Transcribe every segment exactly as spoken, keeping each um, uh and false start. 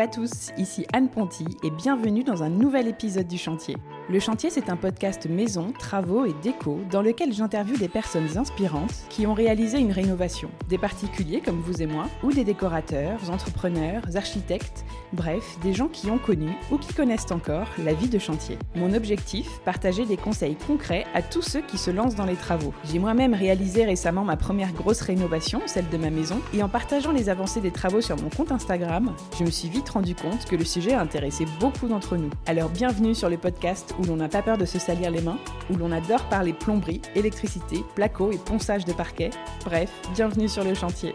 à tous, ici Anne Ponty et bienvenue dans un nouvel épisode du Chantier. Le Chantier, c'est un podcast maison, travaux et déco dans lequel j'interviewe des personnes inspirantes qui ont réalisé une rénovation. Des particuliers comme vous et moi, ou des décorateurs, entrepreneurs, architectes, bref, des gens qui ont connu ou qui connaissent encore la vie de chantier. Mon objectif, partager des conseils concrets à tous ceux qui se lancent dans les travaux. J'ai moi-même réalisé récemment ma première grosse rénovation, celle de ma maison, et en partageant les avancées des travaux sur mon compte Instagram, je me suis vite rendu compte que le sujet a intéressé beaucoup d'entre nous. Alors bienvenue sur le podcast où l'on n'a pas peur de se salir les mains, où l'on adore parler plomberie, électricité, placo et ponçage de parquet. Bref, bienvenue sur le chantier.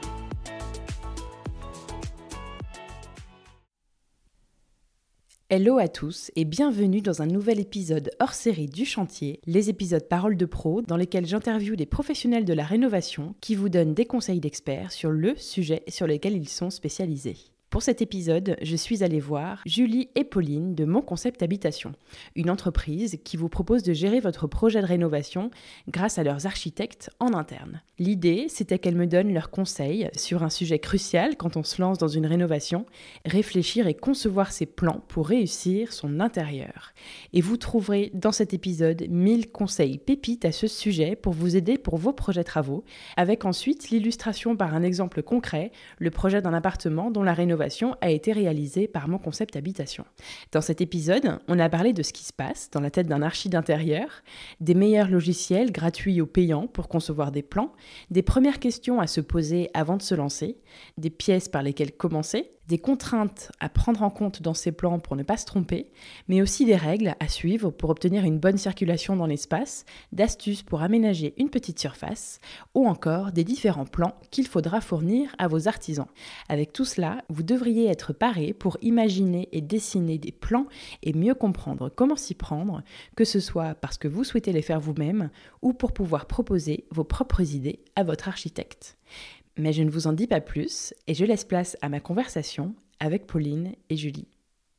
Hello à tous et bienvenue dans un nouvel épisode hors série du Chantier, les épisodes Paroles de Pro dans lesquels j'interviewe des professionnels de la rénovation qui vous donnent des conseils d'experts sur le sujet sur lequel ils sont spécialisés. Pour cet épisode, je suis allée voir Julie et Pauline de Mon Concept Habitation, une entreprise qui vous propose de gérer votre projet de rénovation grâce à leurs architectes en interne. L'idée, c'était qu'elles me donnent leurs conseils sur un sujet crucial quand on se lance dans une rénovation, réfléchir et concevoir ses plans pour réussir son intérieur. Et vous trouverez dans cet épisode mille conseils pépites à ce sujet pour vous aider pour vos projets travaux, avec ensuite l'illustration par un exemple concret, le projet d'un appartement dont la rénovation a été réalisée par Mon Concept Habitation. Dans cet épisode, on a parlé de ce qui se passe dans la tête d'un archi d'intérieur, des meilleurs logiciels gratuits ou payants pour concevoir des plans, des premières questions à se poser avant de se lancer, des pièces par lesquelles commencer, des contraintes à prendre en compte dans ces plans pour ne pas se tromper, mais aussi des règles à suivre pour obtenir une bonne circulation dans l'espace, d'astuces pour aménager une petite surface, ou encore des différents plans qu'il faudra fournir à vos artisans. Avec tout cela, vous devriez être paré pour imaginer et dessiner des plans et mieux comprendre comment s'y prendre, que ce soit parce que vous souhaitez les faire vous-même ou pour pouvoir proposer vos propres idées à votre architecte. Mais je ne vous en dis pas plus et je laisse place à ma conversation avec Pauline et Julie.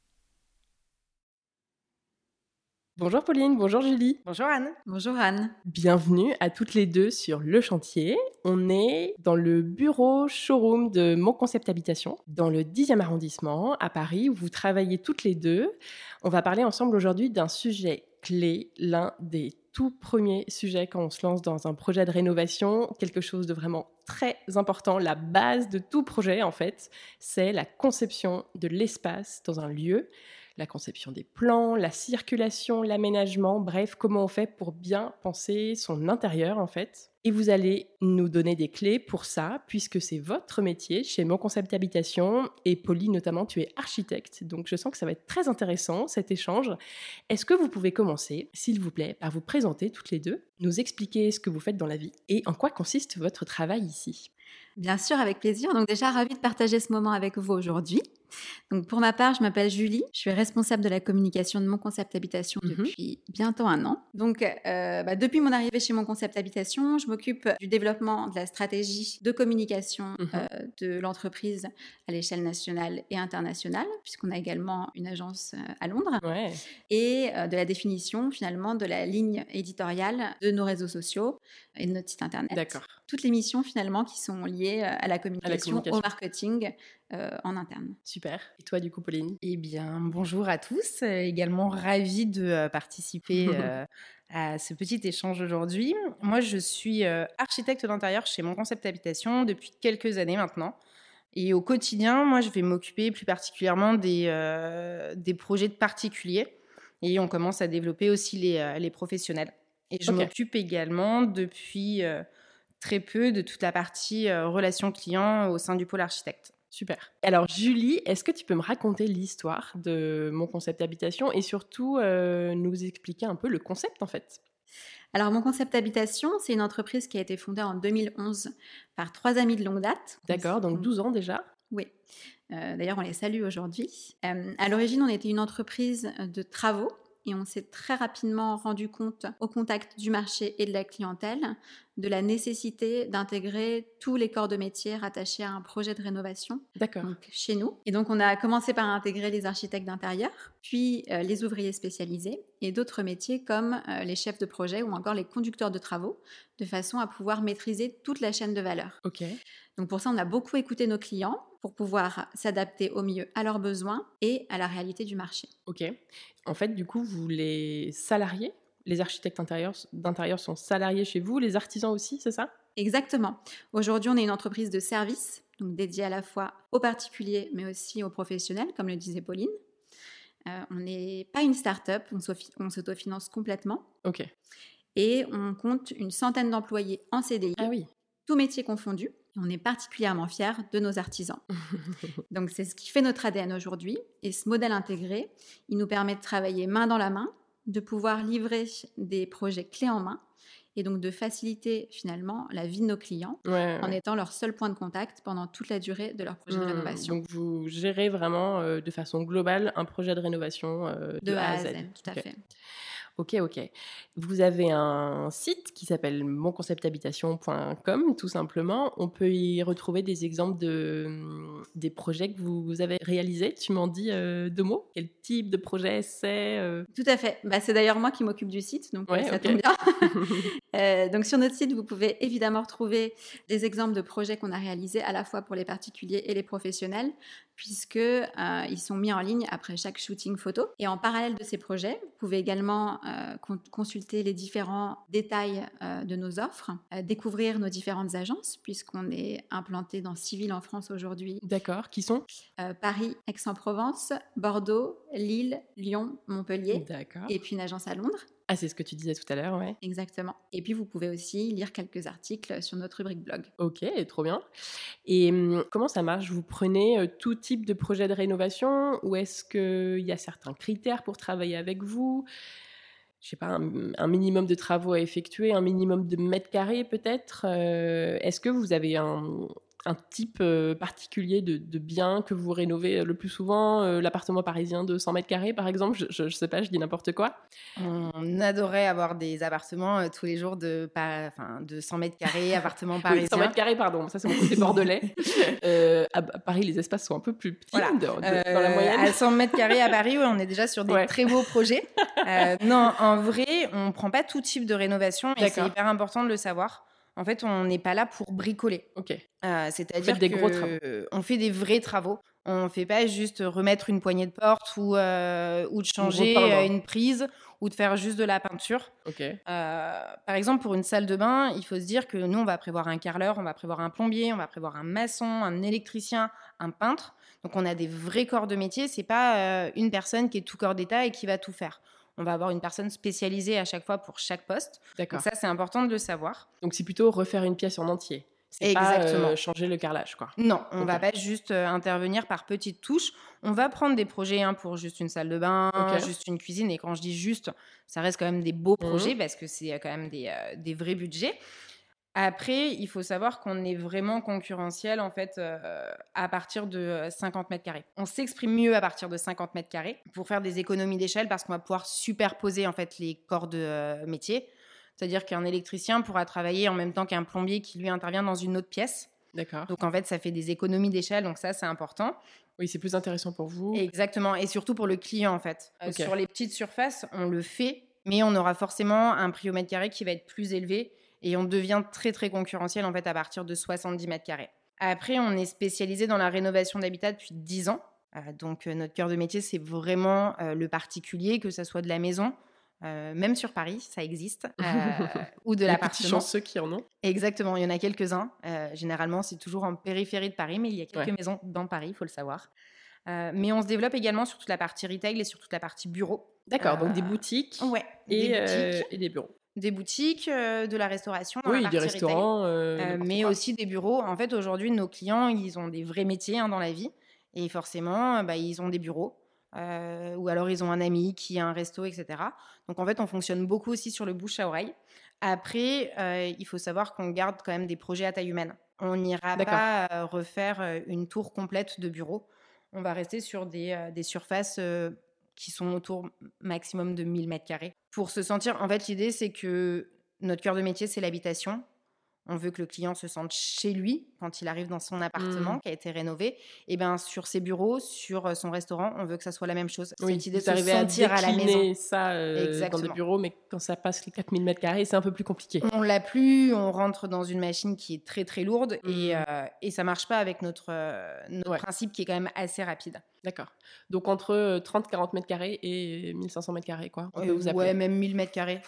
Bonjour Pauline, bonjour Julie. Bonjour Anne. Bonjour Anne. Bienvenue à toutes les deux sur Le Chantier. On est dans le bureau showroom de Mon Concept Habitation, dans le dixième arrondissement à Paris, où vous travaillez toutes les deux. On va parler ensemble aujourd'hui d'un sujet clé, l'un des tout premier sujet quand on se lance dans un projet de rénovation, quelque chose de vraiment très important, la base de tout projet en fait, c'est la conception de l'espace dans un lieu, la conception des plans, la circulation, l'aménagement, bref, comment on fait pour bien penser son intérieur en fait. Et vous allez nous donner des clés pour ça, puisque c'est votre métier chez Mon Concept Habitation. Et Pauline, notamment, tu es architecte, donc je sens que ça va être très intéressant, cet échange. Est-ce que vous pouvez commencer, s'il vous plaît, par vous présenter toutes les deux, nous expliquer ce que vous faites dans la vie et en quoi consiste votre travail ici ? Bien sûr, avec plaisir. Donc déjà, ravie de partager ce moment avec vous aujourd'hui. Donc pour ma part, je m'appelle Julie. Je suis responsable de la communication de Mon Concept Habitation Mhm. depuis bientôt un an. Donc euh, bah, depuis mon arrivée chez Mon Concept Habitation, je m'occupe du développement de la stratégie de communication Mhm. euh, de l'entreprise à l'échelle nationale et internationale, puisqu'on a également une agence euh, à Londres, Ouais. et euh, de la définition finalement de la ligne éditoriale de nos réseaux sociaux et de notre site internet. D'accord. Toutes les missions finalement qui sont liées euh, à la communication, communication. au marketing euh, en interne. Super. Et toi, du coup, Pauline ? Eh bien, bonjour à tous. Euh, également ravie de euh, participer euh, à ce petit échange aujourd'hui. Moi, je suis euh, architecte d'intérieur chez Mon Concept Habitation depuis quelques années maintenant. Et au quotidien, moi, je vais m'occuper plus particulièrement des, euh, des projets de particuliers. Et on commence à développer aussi les, euh, les professionnels. Et je Ok. m'occupe également depuis euh, très peu de toute la partie euh, relations clients au sein du pôle architecte. Super. Alors Julie, est-ce que tu peux me raconter l'histoire de Mon Concept Habitation et surtout euh, nous expliquer un peu le concept en fait ? Alors, Mon Concept Habitation, c'est une entreprise qui a été fondée en deux mille onze par trois amis de longue date. D'accord, donc douze ans déjà. Oui. Euh, d'ailleurs, on les salue aujourd'hui. Euh, à l'origine, on était une entreprise de travaux et on s'est très rapidement rendu compte, au contact du marché et de la clientèle, de la nécessité d'intégrer tous les corps de métier rattachés à un projet de rénovation. D'accord. Donc, chez nous. Et donc, on a commencé par intégrer les architectes d'intérieur, puis euh, les ouvriers spécialisés et d'autres métiers comme euh, les chefs de projet ou encore les conducteurs de travaux, de façon à pouvoir maîtriser toute la chaîne de valeur. Ok. Donc, pour ça, on a beaucoup écouté nos clients pour pouvoir s'adapter au mieux à leurs besoins et à la réalité du marché. Ok. En fait, du coup, vous les salariés, les architectes intérieurs, d'intérieur sont salariés chez vous, les artisans aussi, c'est ça? Exactement. Aujourd'hui, on est une entreprise de service, donc dédiée à la fois aux particuliers, mais aussi aux professionnels, comme le disait Pauline. Euh, on n'est pas une start-up, on, on s'autofinance complètement. Ok. Et on compte une centaine d'employés en C D I, Ah oui. tous métiers confondus. On est particulièrement fiers de nos artisans. Donc, c'est ce qui fait notre A D N aujourd'hui. Et ce modèle intégré, il nous permet de travailler main dans la main, de pouvoir livrer des projets clés en main et donc de faciliter finalement la vie de nos clients ouais, en ouais. étant leur seul point de contact pendant toute la durée de leur projet Mmh, de rénovation. Donc, vous gérez vraiment euh, de façon globale un projet de rénovation euh, de, de A A à Z. à Z, tout à Ok. fait. Ok, ok. Vous avez un site qui s'appelle mon concept habitation point com, tout simplement. On peut y retrouver des exemples de, des projets que vous avez réalisés. Tu m'en dis euh, deux mots? Quel type de projet c'est euh... Tout à fait. Bah, c'est d'ailleurs moi qui m'occupe du site, donc Ouais, euh, ça ok. tombe bien. euh, donc sur notre site, vous pouvez évidemment retrouver des exemples de projets qu'on a réalisés à la fois pour les particuliers et les professionnels, puisque euh, ils sont mis en ligne après chaque shooting photo. Et en parallèle de ces projets, vous pouvez également euh, con- consulter les différents détails euh, de nos offres, euh, découvrir nos différentes agences, puisqu'on est implanté dans six villes en France aujourd'hui. D'accord. Qui sont? Euh, Paris, Aix-en-Provence, Bordeaux, Lille, Lyon, Montpellier, D'accord. et puis une agence à Londres. Ah, c'est ce que tu disais tout à l'heure, ouais. Exactement. Et puis, vous pouvez aussi lire quelques articles sur notre rubrique blog. Ok, trop bien. Et hum, comment ça marche? Vous prenez euh, tout type de projet de rénovation ou est-ce qu'il y a certains critères pour travailler avec vous? Je sais pas, un, un minimum de travaux à effectuer, un minimum de mètres carrés peut-être. Euh, est-ce que vous avez un, un type euh, particulier de, de bien que vous rénovez le plus souvent? euh, L'appartement parisien de cent mètres carrés, par exemple? Je, je, je sais pas, je dis n'importe quoi. On adorait avoir des appartements euh, tous les jours de, pa- enfin, de cent mètres carrés, appartements Oui, parisiens. cent mètres carrés, pardon. Ça, c'est mon côté bordelais. Euh, à, à Paris, les espaces sont un peu plus petits Voilà. de- de- Euh, dans la moyenne. À cent mètres carrés à Paris, ouais, on est déjà sur des Ouais. très beaux projets. Euh, non, en vrai, on prend pas tout type de rénovation et c'est D'accord. hyper important de le savoir. En fait, on n'est pas là pour bricoler. Ok. Euh, c'est-à-dire Vous faites des que gros travaux. on fait des vrais travaux. On ne fait pas juste remettre une poignée de porte ou, euh, ou de changer repeindre. euh, une prise ou de faire juste de la peinture. Ok. Euh, par exemple, pour une salle de bain, il faut se dire que nous, on va prévoir un carreleur, on va prévoir un plombier, on va prévoir un maçon, un électricien, un peintre. Donc, on a des vrais corps de métier. C'est pas euh, une personne qui est tout corps d'état et qui va tout faire. On va avoir une personne spécialisée à chaque fois pour chaque poste. D'accord. Donc ça, c'est important de le savoir. Donc, c'est plutôt refaire une pièce en entier. C'est Exactement. pas euh, changer le carrelage, quoi. Non, on Ok. va pas juste euh, intervenir par petites touches. On va prendre des projets hein, pour juste une salle de bain, Ok. juste une cuisine. Et quand je dis juste, ça reste quand même des beaux Mhm. projets parce que c'est euh, quand même des, euh, des vrais budgets. Après, il faut savoir qu'on est vraiment concurrentiel en fait euh, à partir de cinquante mètres carrés. On s'exprime mieux à partir de cinquante mètres carrés pour faire des économies d'échelle parce qu'on va pouvoir superposer en fait les corps de euh, métier. C'est-à-dire qu'un électricien pourra travailler en même temps qu'un plombier qui lui intervient dans une autre pièce. D'accord. Donc en fait, ça fait des économies d'échelle, donc ça c'est important. Oui, c'est plus intéressant pour vous. Exactement, et surtout pour le client en fait. Euh, Ok. Sur les petites surfaces, on le fait, mais on aura forcément un prix au mètre carré qui va être plus élevé et on devient très très concurrentiel en fait à partir de soixante-dix mètres carrés. Après, on est spécialisé dans la rénovation d'habitat depuis dix ans. Euh, donc euh, notre cœur de métier, c'est vraiment euh, le particulier, que ça soit de la maison, euh, même sur Paris, ça existe, euh, ou de Les petits l'appartement. chanceux qui en ont. Exactement, il y en a quelques-uns. Euh, généralement, c'est toujours en périphérie de Paris, mais il y a quelques Ouais. maisons dans Paris, il faut le savoir. Euh, mais on se développe également sur toute la partie retail et sur toute la partie bureau. D'accord, Euh, donc des boutiques Ouais, et, des euh, boutiques, et des bureaux. des boutiques, euh, de la restauration dans Oui, la des partie retail. restaurants, euh, Euh, n'importe mais quoi. aussi des bureaux. En fait, aujourd'hui, nos clients, ils ont des vrais métiers hein, dans la vie. Et forcément, bah, ils ont des bureaux. Euh, ou alors, ils ont un ami qui a un resto, et cetera. Donc, en fait, on fonctionne beaucoup aussi sur le bouche à oreille. Après, euh, il faut savoir qu'on garde quand même des projets à taille humaine. On n'ira D'accord. pas euh, refaire euh, une tour complète de bureau. On va rester sur des, euh, des surfaces euh, qui sont autour maximum de mille mètres carrés. Pour se sentir... En fait, l'idée, c'est que notre cœur de métier, c'est l'habitation. on veut que le client se sente chez lui quand il arrive dans son appartement Mmh. qui a été rénové. Et bien, sur ses bureaux, sur son restaurant, on veut que ça soit la même chose. Oui, Cette idée de vous se arrivez à sentir à la maison. décliner ça euh, dans des Exactement. bureaux, mais quand ça passe les quatre mille mètres carrés, c'est un peu plus compliqué. On l'a plus, on rentre dans une machine qui est très très lourde Mmh. et, euh, et ça marche pas avec notre, euh, notre Ouais. principe qui est quand même assez rapide. D'accord. Donc entre trente à quarante mètres carrés et mille cinq cents mètres carrés, quoi. On peut Euh, vous appeler. ouais, même mille mètres carrés.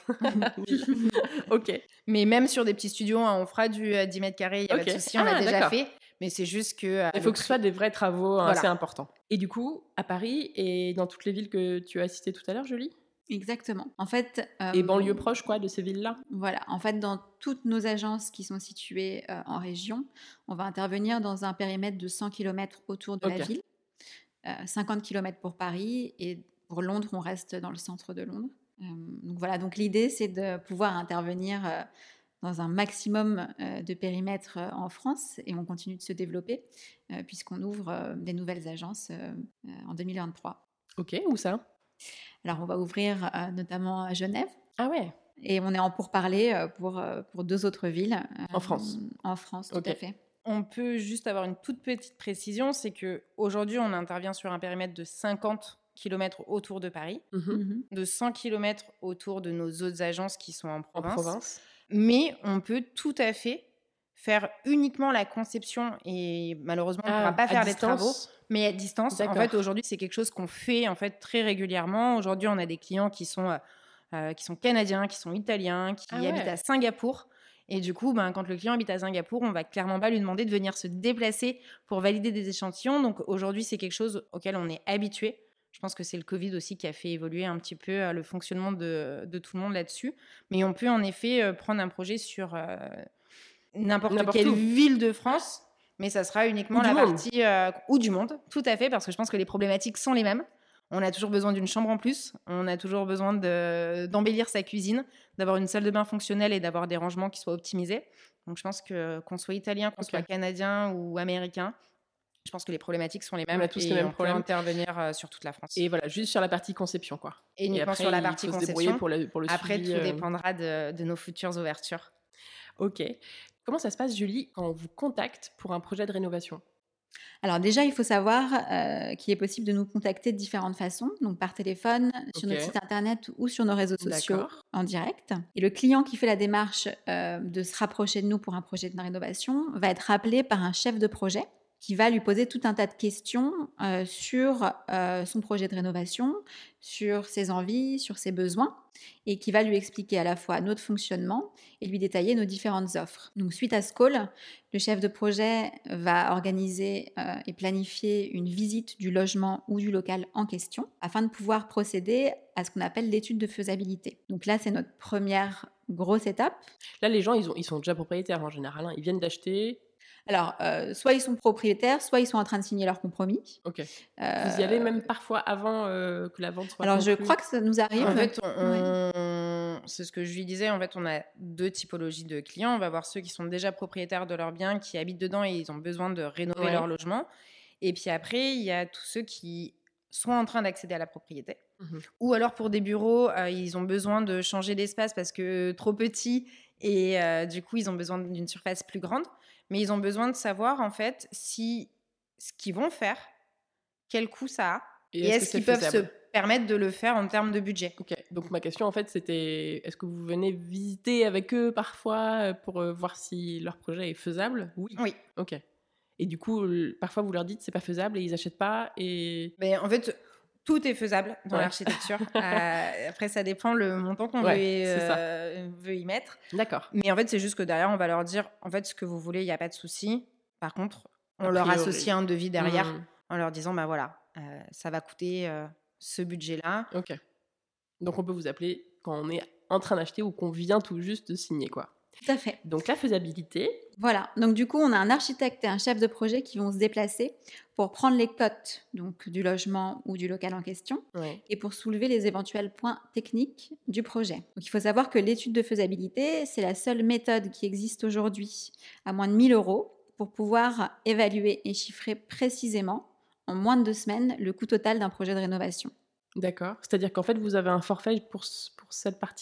Ok. Mais même sur des petits studios, hein, on fera du euh, dix mètres carrés, il n'y a Ok. pas de souci, on Ah, l'a déjà d'accord. fait. Mais c'est juste que. euh, Il faut le que ce prix- soit des vrais travaux hein, Voilà. assez importants. Et du coup, à Paris et dans toutes les villes que tu as citées tout à l'heure, Julie, Exactement. En fait, et euh, banlieues proches, quoi, de ces villes-là. Voilà, en fait, dans toutes nos agences qui sont situées euh, en région, on va intervenir dans un périmètre de cent kilomètres autour de Ok. la ville, euh, cinquante kilomètres pour Paris, et pour Londres, on reste dans le centre de Londres. Euh, donc voilà, donc l'idée, c'est de pouvoir intervenir euh, dans un maximum euh, de périmètres euh, en France, et on continue de se développer, euh, puisqu'on ouvre euh, des nouvelles agences euh, euh, en deux mille vingt-trois. Ok, où ça? Alors, on va ouvrir euh, notamment à Genève. Ah ouais. Et on est en pourparlers euh, pour, euh, pour deux autres villes. euh, En France. En France, tout Ok. à fait. On peut juste avoir une toute petite précision, c'est qu'aujourd'hui, on intervient sur un périmètre de cinquante kilomètres autour de Paris, Mhm. Mhm. de cent kilomètres autour de nos autres agences qui sont en En province. province. Mais on peut tout à fait faire uniquement la conception et malheureusement, on ne Ah, pourra pas à faire les distance. travaux. Mais à distance, en D'accord. fait, aujourd'hui, c'est quelque chose qu'on fait en fait très régulièrement. Aujourd'hui, on a des clients qui sont, euh, euh, qui sont canadiens, qui sont italiens, qui Ah ouais. habitent à Singapour. Et du coup, ben, quand le client habite à Singapour, on va clairement pas lui demander de venir se déplacer pour valider des échantillons. Donc aujourd'hui, c'est quelque chose auquel on est habitué. Je pense que c'est le Covid aussi qui a fait évoluer un petit peu euh, le fonctionnement de, de tout le monde là-dessus. Mais on peut en effet euh, prendre un projet sur euh, n'importe N'importe quelle où. ville de France, mais ça sera uniquement Ou du la monde. partie euh, ou du monde, tout à fait, parce que je pense que les problématiques sont les mêmes. On a toujours besoin d'une chambre en plus, on a toujours besoin de, d'embellir sa cuisine, d'avoir une salle de bain fonctionnelle et d'avoir des rangements qui soient optimisés. Donc je pense que qu'on soit italien, qu'on Ok. soit canadien ou américain, je pense que les problématiques sont les mêmes On a tous et les mêmes on problèmes. peut intervenir euh, sur toute la France. Et voilà, juste sur la partie conception, quoi. Et uniquement après, sur la il partie faut se débrouiller conception. pour le, pour le Après, suivi. tout euh, dépendra de, de nos futures ouvertures. Ok. Comment ça se passe, Julie, quand on vous contacte pour un projet de rénovation? Alors déjà, il faut savoir euh, qu'il est possible de nous contacter de différentes façons, donc par téléphone, sur Ok. notre site internet ou sur nos réseaux sociaux D'accord. en direct. Et le client qui fait la démarche euh, de se rapprocher de nous pour un projet de rénovation va être appelé par un chef de projet qui va lui poser tout un tas de questions euh, sur euh, son projet de rénovation, sur ses envies, sur ses besoins, et qui va lui expliquer à la fois notre fonctionnement et lui détailler nos différentes offres. Donc suite à ce call, le chef de projet va organiser euh, et planifier une visite du logement ou du local en question afin de pouvoir procéder à ce qu'on appelle l'étude de faisabilité. Donc là, c'est notre première grosse étape. Là, les gens, ils, ont, ils sont déjà propriétaires en général. hein. Ils viennent d'acheter. Alors, euh, soit ils sont propriétaires, soit ils sont en train de signer leur compromis. Ok. Euh, Vous y allez même parfois avant euh, que la vente soit Alors, je conclue. crois que ça nous arrive. En fait, on- Ouais. on- c'est ce que je lui disais. En fait, on a deux typologies de clients. On va voir ceux qui sont déjà propriétaires de leurs biens, qui habitent dedans et ils ont besoin de rénover Ouais. leur logement. Et puis après, il y a tous ceux qui sont en train d'accéder à la propriété. Mhm. Ou alors pour des bureaux, euh, ils ont besoin de changer d'espace parce que trop petit et euh, du coup, ils ont besoin d'une surface plus grande. Mais ils ont besoin de savoir en fait si ce qu'ils vont faire, quel coût ça a Et et est-ce que est-ce c'est qu'ils peuvent se faisable? permettre de le faire en termes de budget. Ok. Donc ma question en fait c'était est-ce que vous venez visiter avec eux parfois euh, pour euh, voir si leur projet est faisable? Oui. Oui. Ok. Et du coup, l- parfois vous leur dites c'est pas faisable et ils achètent pas et. Mais en fait, tout est faisable dans Ouais. l'architecture. Euh, après, ça dépend le montant qu'on Ouais, veut, c'est ça. euh, veut y mettre. D'accord. Mais en fait, c'est juste que derrière, on va leur dire, en fait, ce que vous voulez, il n'y a pas de souci. Par contre, on A leur priori. associe un devis derrière Hmm. en leur disant, bah voilà, euh, ça va coûter euh, ce budget-là. Ok. Donc on peut vous appeler quand on est en train d'acheter ou qu'on vient tout juste de signer quoi. Tout à fait. Donc la faisabilité. Voilà, donc du coup, on a un architecte et un chef de projet qui vont se déplacer pour prendre les cotes donc, du logement ou du local en question Ouais. et pour soulever les éventuels points techniques du projet. Donc, il faut savoir que l'étude de faisabilité, c'est la seule méthode qui existe aujourd'hui à moins de mille euros pour pouvoir évaluer et chiffrer précisément, en moins de deux semaines, le coût total d'un projet de rénovation. D'accord. C'est-à-dire qu'en fait vous avez un forfait pour, ce- pour cette partie-là.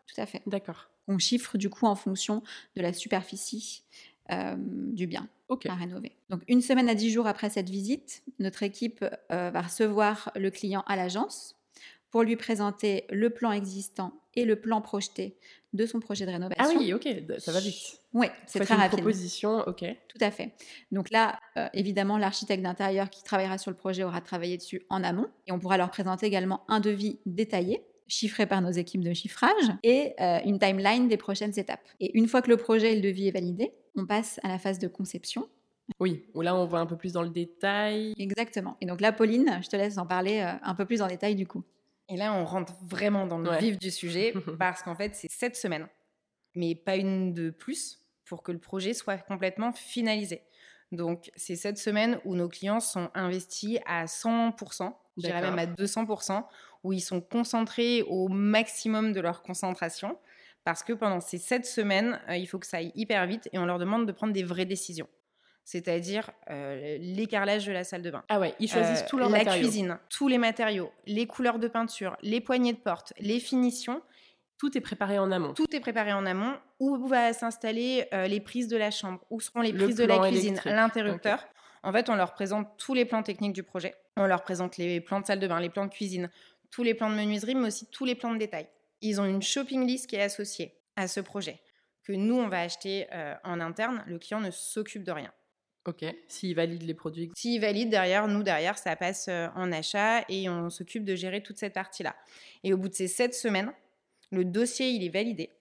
tout à fait. D'accord. On chiffre du coup en fonction de la superficie euh, du bien Ok. à rénover. Donc une semaine à dix jours après cette visite, notre équipe euh, va recevoir le client à l'agence pour lui présenter le plan existant et le plan projeté de son projet de rénovation. Ah oui, ok, ça va vite. Oui, c'est Faites très une rapide. proposition, ok. Tout à fait. Donc là, euh, évidemment, l'architecte d'intérieur qui travaillera sur le projet aura travaillé dessus en amont et on pourra leur présenter également un devis détaillé, chiffré par nos équipes de chiffrage et euh, une timeline des prochaines étapes. Et une fois que le projet et le devis est validé, on passe à la phase de conception. Oui, où là on va un peu plus dans le détail. Exactement. Et donc là, Pauline, je te laisse en parler euh, un peu plus en détail du coup. Et là, on rentre vraiment dans le Ouais. vif du sujet parce qu'en fait, c'est sept semaines, mais pas une de plus pour que le projet soit complètement finalisé. Donc, c'est sept semaines où nos clients sont investis à cent pour cent, je dirais D'accord. même à deux cents pour cent, où ils sont concentrés au maximum de leur concentration parce que pendant ces sept semaines, euh, il faut que ça aille hyper vite et on leur demande de prendre des vraies décisions. C'est-à-dire euh, l'écarrelage de la salle de bain. Ah ouais, ils choisissent Euh, tous leurs la matériaux. cuisine, tous les matériaux, les couleurs de peinture, les poignées de porte, les finitions. Tout est préparé en amont. Tout est préparé en amont. Où va s'installer euh, les prises de la chambre, où seront les Le prises de la plan cuisine, électrique. l'interrupteur. En fait, on leur présente tous les plans techniques du projet. On leur présente les plans de salle de bain, les plans de cuisine, tous les plans de menuiserie, mais aussi tous les plans de détail. Ils ont une shopping list qui est associée à ce projet, que nous, on va acheter euh, en interne. Le client ne s'occupe de rien. Ok, s'ils valident les produits. S'ils valident, derrière, nous, derrière, ça passe euh, en achat et on s'occupe de gérer toute cette partie-là. Et au bout de ces sept semaines, le dossier, il est validé.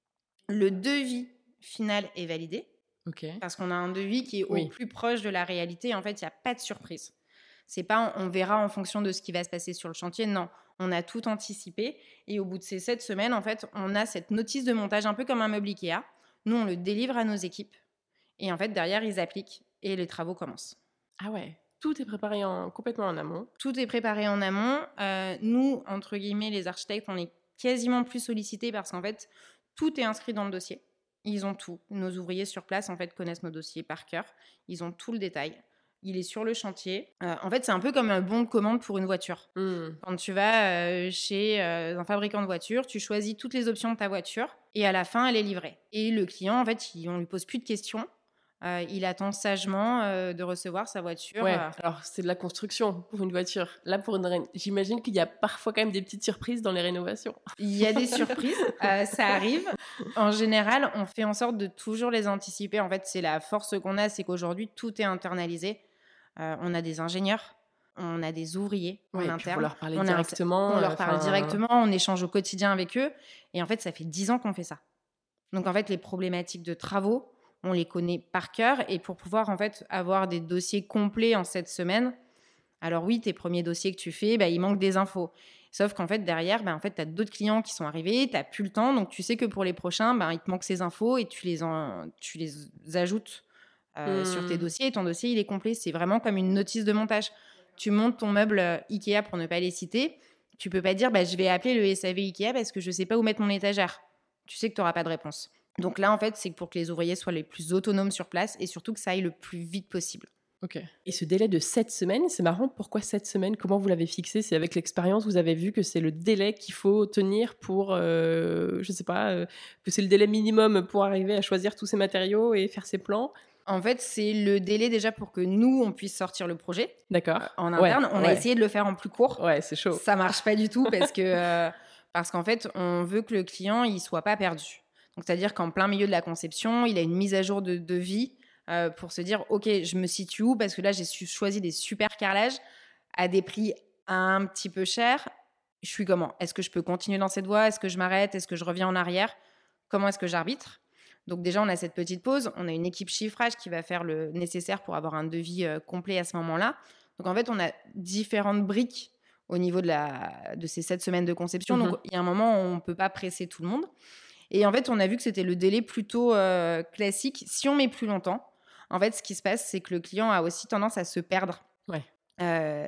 Le devis final est validé Ok. parce qu'on a un devis qui est au Oui. plus proche de la réalité. En fait, il n'y a pas de surprise. C'est pas on verra en fonction de ce qui va se passer sur le chantier. Non, on a tout anticipé. Et au bout de ces sept semaines, en fait, on a cette notice de montage un peu comme un meuble Ikea. Nous, on le délivre à nos équipes. Et en fait, derrière, ils appliquent et les travaux commencent. Ah ouais, tout est préparé en, complètement en amont. Tout est préparé en amont. Euh, nous, entre guillemets, les architectes, on est quasiment plus sollicités parce qu'en fait, tout est inscrit dans le dossier. Ils ont tout. Nos ouvriers sur place, en fait, connaissent nos dossiers par cœur. Ils ont tout le détail. Il est sur le chantier. Euh, en fait, c'est un peu comme un bon de commande pour une voiture. Mmh. Quand tu vas euh, chez euh, un fabricant de voitures, tu choisis toutes les options de ta voiture et à la fin, elle est livrée. Et le client, en fait, il, on lui pose plus de questions. Euh, il attend sagement euh, de recevoir sa voiture. Ouais, Euh, alors c'est de la construction pour une voiture. Là, pour une ré... j'imagine qu'il y a parfois quand même des petites surprises dans les rénovations. Il y a des surprises, euh, ça arrive. En général, on fait en sorte de toujours les anticiper. En fait, c'est la force qu'on a, c'est qu'aujourd'hui, tout est internalisé. Euh, on a des ingénieurs, on a des ouvriers Ouais, en puis interne. vous leur parlez on, a un- directement. on leur euh, parle enfin, directement, on échange au quotidien avec eux. Et en fait, ça fait dix ans qu'on fait ça. Donc, en fait, les problématiques de travaux, on les connaît par cœur. Et pour pouvoir, en fait, avoir des dossiers complets en cette semaine, alors oui, tes premiers dossiers que tu fais, bah, il manque des infos. Sauf qu'en fait, derrière, bah, en fait, tu as d'autres clients qui sont arrivés, tu n'as plus le temps. Donc, tu sais que pour les prochains, bah, il te manque ces infos et tu les, en, tu les ajoutes euh, Mmh. sur tes dossiers. Et ton dossier, il est complet. C'est vraiment comme une notice de montage. Tu montes ton meuble euh, Ikea, pour ne pas les citer. Tu peux pas dire, bah, je vais appeler le S A V Ikea parce que je ne sais pas où mettre mon étagère. Tu sais que tu n'auras pas de réponse. Donc là, en fait, c'est pour que les ouvriers soient les plus autonomes sur place et surtout que ça aille le plus vite possible. Ok. Et ce délai de sept semaines, c'est marrant. Pourquoi sept semaines? Comment vous l'avez fixé? C'est avec l'expérience, vous avez vu que c'est le délai qu'il faut tenir pour, euh, je sais pas, euh, que c'est le délai minimum pour arriver à choisir tous ces matériaux et faire ses plans? En fait, c'est le délai déjà pour que nous, on puisse sortir le projet. D'accord. En interne, Ouais, on a ouais. essayé de le faire en plus court. Ouais, c'est chaud. Ça marche pas du tout parce que euh, parce qu'en fait, on veut que le client il soit pas perdu. Donc, c'est-à-dire qu'en plein milieu de la conception, il a une mise à jour de devis euh, pour se dire, ok, je me situe où? Parce que là, j'ai su- choisi des super carrelages à des prix un petit peu chers. Je suis comment? Est-ce que je peux continuer dans cette voie? Est-ce que je m'arrête? Est-ce que je reviens en arrière? Comment est-ce que j'arbitre? Donc déjà, on a cette petite pause. On a une équipe chiffrage qui va faire le nécessaire pour avoir un devis euh, complet à ce moment-là. Donc en fait, on a différentes briques au niveau de, la, de ces sept semaines de conception. Mhm. Donc il y a un moment où on ne peut pas presser tout le monde. Et en fait, on a vu que c'était le délai plutôt euh, classique. Si on met plus longtemps, en fait, ce qui se passe, c'est que le client a aussi tendance à se perdre. Ouais. Euh,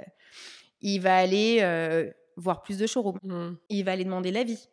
il va aller euh, voir plus de showrooms. Mmh. Il va aller demander l'avis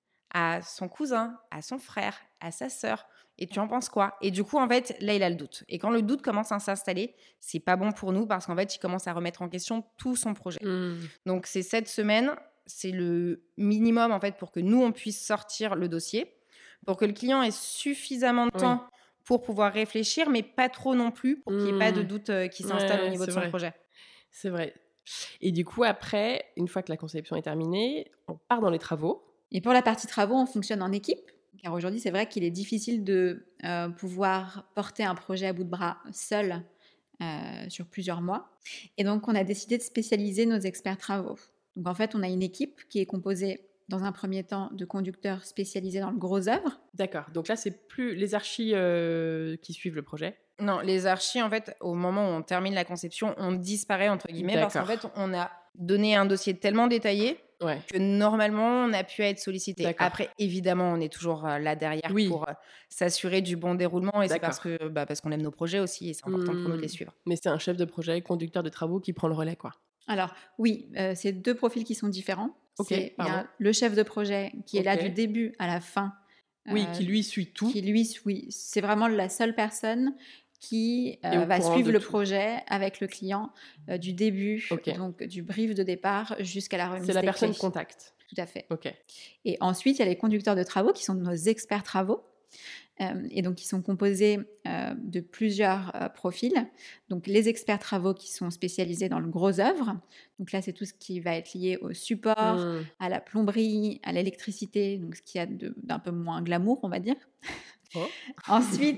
à son cousin, à son frère, à sa sœur. Et tu en penses quoi? Et du coup, en fait, là, il a le doute. Et quand le doute commence à s'installer, c'est pas bon pour nous parce qu'en fait, il commence à remettre en question tout son projet. Mmh. Donc, ces sept semaines, c'est le minimum en fait pour que nous, on puisse sortir le dossier, pour que le client ait suffisamment de Oui. temps pour pouvoir réfléchir, mais pas trop non plus, pour qu'il n'y ait pas de Mmh. doute euh, qui s'installe Ouais, au niveau c'est de son vrai. projet. C'est vrai. Et du coup, après, une fois que la conception est terminée, on part dans les travaux. Et pour la partie travaux, on fonctionne en équipe, car aujourd'hui, c'est vrai qu'il est difficile de euh, pouvoir porter un projet à bout de bras seul euh, sur plusieurs mois. Et donc, on a décidé de spécialiser nos experts travaux. Donc, en fait, on a une équipe qui est composée, dans un premier temps, de conducteurs spécialisés dans le gros œuvre. D'accord. Donc là, c'est plus les archis euh, qui suivent le projet. Non, les archis, en fait, au moment où on termine la conception, on disparaît, entre guillemets, parce qu'en D'accord. fait, on a donné un dossier tellement détaillé Ouais. que normalement, on a pu être sollicité. D'accord. Après, évidemment, on est toujours euh, là derrière Oui. pour euh, s'assurer du bon déroulement, et c'est D'accord. parce que bah, parce qu'on aime nos projets aussi, et c'est important pour nous de les Hmm. suivre. Mais c'est un chef de projet, conducteur de travaux qui prend le relais, quoi. Alors, oui, euh, c'est deux profils qui sont différents. Ok, C'est, il y a pardon. le chef de projet qui est là Ok. du début à la fin. Oui, euh, qui lui suit tout. Qui lui, oui, c'est vraiment la seule personne qui euh, Et au va courant suivre de le tout. projet avec le client euh, du début, Ok. donc du brief de départ jusqu'à la remise C'est la des personne clés. contact. Tout à fait. Ok. Et ensuite, il y a les conducteurs de travaux qui sont nos experts travaux. Euh, et donc, qui sont composés euh, de plusieurs euh, profils. Donc, les experts travaux qui sont spécialisés dans le gros œuvre. Donc là, c'est tout ce qui va être lié au support, Hmm. à la plomberie, à l'électricité, donc ce qu'il y a de- d'un peu moins glamour, on va dire. Oh. Ensuite,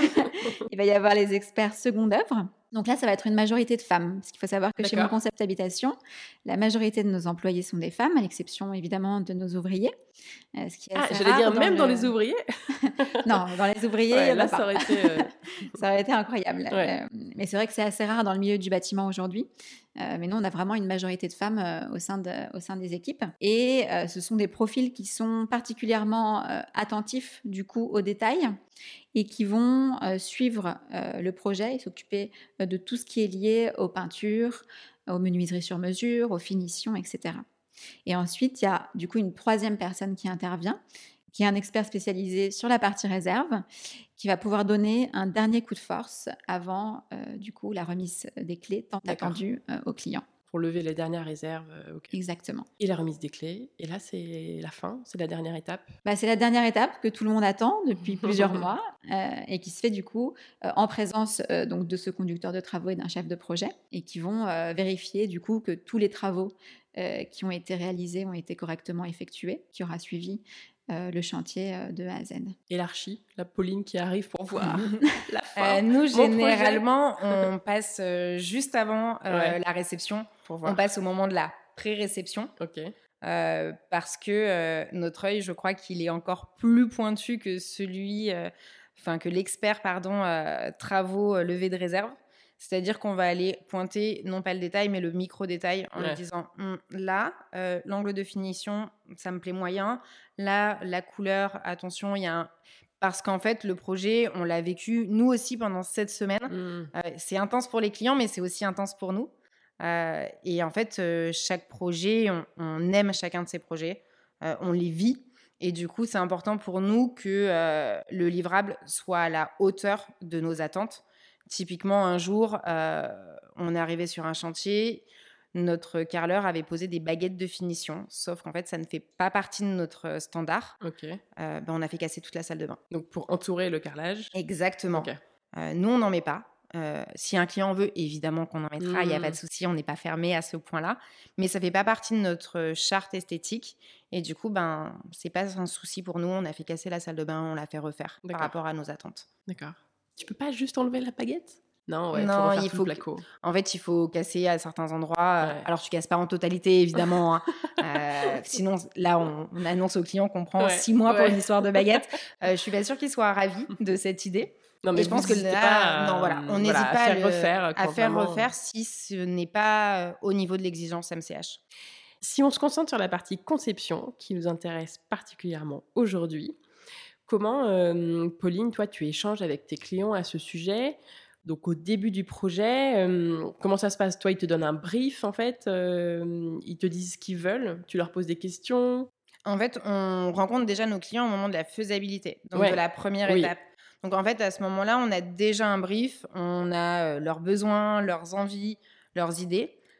il va y avoir les experts seconde œuvre. Donc là, ça va être une majorité de femmes. Parce qu'il faut savoir que chez Mon D'accord. Concept Habitation, la majorité de nos employés sont des femmes, à l'exception évidemment de nos ouvriers. Euh, ce qui est Ah, assez j'allais rare dire même dans le- les ouvriers. Non, dans les ouvriers, il Ouais, y en a là, pas. ça aurait été. euh, Ça aurait été incroyable. Ouais. Euh, mais c'est vrai que c'est assez rare dans le milieu du bâtiment aujourd'hui. Euh, mais nous, on a vraiment une majorité de femmes euh, au, sein de, au sein des équipes. Et euh, ce sont des profils qui sont particulièrement euh, attentifs, du coup, aux détails et qui vont euh, suivre euh, le projet et s'occuper euh, de tout ce qui est lié aux peintures, aux menuiseries sur mesure, aux finitions, et cetera. Et ensuite, il y a du coup une troisième personne qui intervient, qui est un expert spécialisé sur la partie réserve, qui va pouvoir donner un dernier coup de force avant euh, du coup la remise des clés tant D'accord. attendue euh, au client. Pour lever les dernières réserves. euh, ok. Exactement. Et la remise des clés. Et là, c'est la fin, c'est la dernière étape. Bah, c'est la dernière étape que tout le monde attend depuis plusieurs mois euh, et qui se fait du coup euh, en présence euh, donc de ce conducteur de travaux et d'un chef de projet et qui vont euh, vérifier du coup que tous les travaux euh, qui ont été réalisés ont été correctement effectués, qui aura suivi euh, le chantier euh, de A à Z. Et l'archi, la Pauline qui arrive pour voir la fin. Euh, nous, Mon projet. généralement, on passe euh, juste avant euh, Ouais. la réception. Pour voir. On passe au moment de la pré-réception. Ok. Euh, parce que euh, notre œil, je crois qu'il est encore plus pointu que celui, euh, enfin que l'expert, pardon, euh, travaux euh, levée de réserve. C'est-à-dire qu'on va aller pointer, non pas le détail, mais le micro-détail en Ouais. lui disant Hum, là, euh, l'angle de finition, ça me plaît moyen. Là, la couleur, attention, il y a un. Parce qu'en fait, le projet, on l'a vécu, nous aussi, pendant sept semaines. Hmm. Euh, c'est intense pour les clients, mais c'est aussi intense pour nous. Euh, et en fait, euh, chaque projet, on, on aime chacun de ces projets, euh, on les vit. Et du coup, c'est important pour nous que euh, le livrable soit à la hauteur de nos attentes. Typiquement, un jour, euh, on est arrivé sur un chantier, notre carreleur avait posé des baguettes de finition, sauf qu'en fait, ça ne fait pas partie de notre standard. Ok. Euh, ben, on a fait casser toute la salle de bain. Donc pour entourer le carrelage. Exactement. Ok. Euh, nous, on n'en met pas. Euh, si un client veut, évidemment qu'on en mettra, il n'y a Mmh. pas de souci, on n'est pas fermé à ce point-là. Mais ça ne fait pas partie de notre charte esthétique. Et du coup, ben, ce n'est pas un souci pour nous. On a fait casser la salle de bain, on l'a fait refaire D'accord. par rapport à nos attentes. D'accord. Tu peux pas juste enlever la baguette? Non, ouais, Non, faut refaire il tout faut le que- placo. En fait, il faut casser à certains endroits. Ouais. Alors, tu ne casses pas en totalité, évidemment. hein. Euh, sinon, là, on, on annonce au client qu'on prend Ouais, six mois pour ouais. une histoire de baguette. Euh, je ne suis pas sûre qu'il soit ravi de cette idée. Non, Et je pense que vous là, hésitez pas à- non, voilà, on n'hésite voilà, à pas faire le- refaire. à quand faire vraiment- refaire si ce n'est pas euh, au niveau de l'exigence M C H. Si on se concentre sur la partie conception, qui nous intéresse particulièrement aujourd'hui, comment, euh, Pauline, toi, tu échanges avec tes clients à ce sujet? Donc, au début du projet, euh, comment ça se passe? Toi, ils te donnent un brief, en fait, euh, ils te disent ce qu'ils veulent, tu leur poses des questions. En fait, on rencontre déjà nos clients au moment de la faisabilité, donc Ouais. de la première Oui. étape. Donc en fait, à ce moment-là, on a déjà un brief, on a euh, leurs besoins, leurs envies, leurs idées.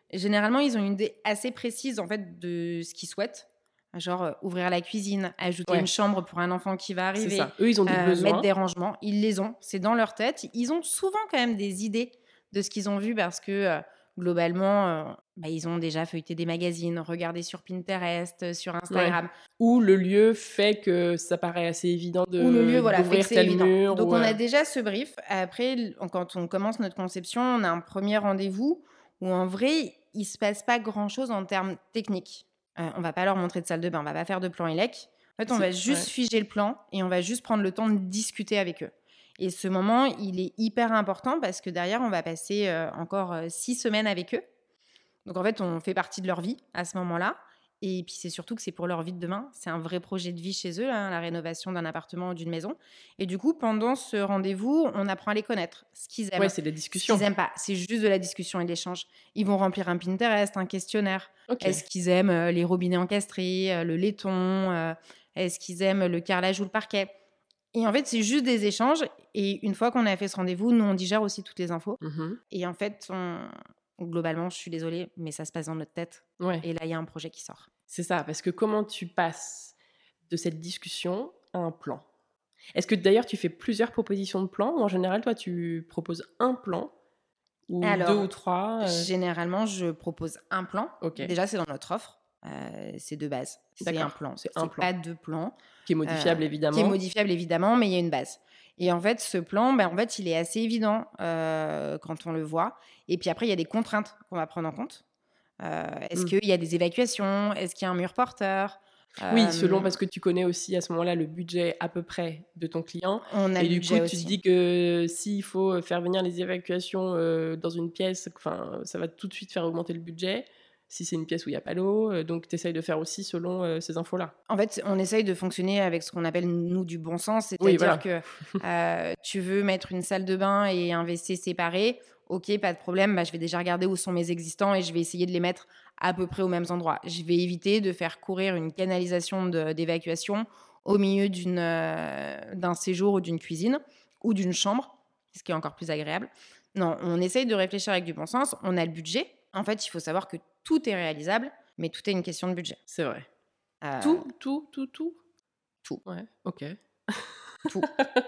Généralement, ils ont une idée assez précise en fait de ce qu'ils souhaitent. Genre euh, ouvrir la cuisine, ajouter Ouais. une chambre pour un enfant qui va C'est arriver, ça. Eux, ils ont des euh, besoins. mettre des rangements. Ils les ont, c'est dans leur tête. Ils ont souvent quand même des idées de ce qu'ils ont vu parce que euh, globalement, euh, bah, ils ont déjà feuilleté des magazines, regardé sur Pinterest, euh, sur Instagram. Ou le lieu fait que ça paraît assez évident de Ou le lieu, voilà, fait que d'ouvrir c'est tel évident. mur. Donc ou, on euh, a déjà ce brief. Après, l- quand on commence notre conception, on a un premier rendez-vous où en vrai, il se passe pas grand-chose en termes techniques. Euh, on va pas leur montrer de salle de bain, on va pas faire de plan élec. En fait, on C'est- va juste ouais. figer le plan et on va juste prendre le temps de discuter avec eux. Et ce moment, il est hyper important parce que derrière, on va passer euh, encore euh, six semaines avec eux. Donc en fait, on fait partie de leur vie à ce moment-là. Et puis c'est surtout que c'est pour leur vie de demain. C'est un vrai projet de vie chez eux, hein, la rénovation d'un appartement ou d'une maison. Et du coup, pendant ce rendez-vous, on apprend à les connaître, ce qu'ils aiment, Ouais, c'est des ce discussions. qu'ils n'aiment pas. C'est juste de la discussion et de l'échange. Ils vont remplir un Pinterest, un questionnaire. Ok. Est-ce qu'ils aiment euh, les robinets encastrés, euh, le laiton euh, Est-ce qu'ils aiment le carrelage ou le parquet? Et en fait, c'est juste des échanges. Et une fois qu'on a fait ce rendez-vous, nous, on digère aussi toutes les infos. Mhm. Et en fait, on... globalement, je suis désolée, mais ça se passe dans notre tête. Ouais. Et là, il y a un projet qui sort. C'est ça, parce que comment tu passes de cette discussion à un plan? Est-ce que d'ailleurs tu fais plusieurs propositions de plans ou en général, toi, tu proposes un plan ou Alors, deux ou trois euh, Généralement, je propose un plan. Ok. Déjà, c'est dans notre offre. Euh, c'est de base. C'est D'accord, un plan. c'est C'est un plan. pas deux plans. qui est modifiable Euh, évidemment. Qui est modifiable évidemment, mais il y a une base. Et en fait, ce plan, ben, en fait, il est assez évident euh, quand on le voit. Et puis après, il y a des contraintes qu'on va prendre en compte. Euh, est-ce Mm. qu'il y a des évacuations? Est-ce qu'il y a un mur porteur? Oui, Euh, selon, parce que tu connais aussi à ce moment-là le budget à peu près de ton client. On a Et le du coup, budget tu aussi. te dis que s'il faut faire venir les évacuations euh, dans une pièce, enfin, ça va tout de suite faire augmenter le budget. Si c'est une pièce où il n'y a pas l'eau, euh, donc tu essayes de faire aussi selon euh, ces infos-là. En fait, on essaye de fonctionner avec ce qu'on appelle, nous, du bon sens. C'est-à-dire Oui, voilà. que euh, tu veux mettre une salle de bain et un W C séparé. Ok, pas de problème. Bah, je vais déjà regarder où sont mes existants et je vais essayer de les mettre à peu près aux mêmes endroits. Je vais éviter de faire courir une canalisation de- d'évacuation au milieu d'une, euh, d'un séjour ou d'une cuisine ou d'une chambre, ce qui est encore plus agréable. Non, on essaye de réfléchir avec du bon sens. On a le budget. En fait, il faut savoir que tout est réalisable, mais tout est une question de budget. C'est vrai. Euh, Tout, tout, tout, tout Tout. Ouais, ok. Tout.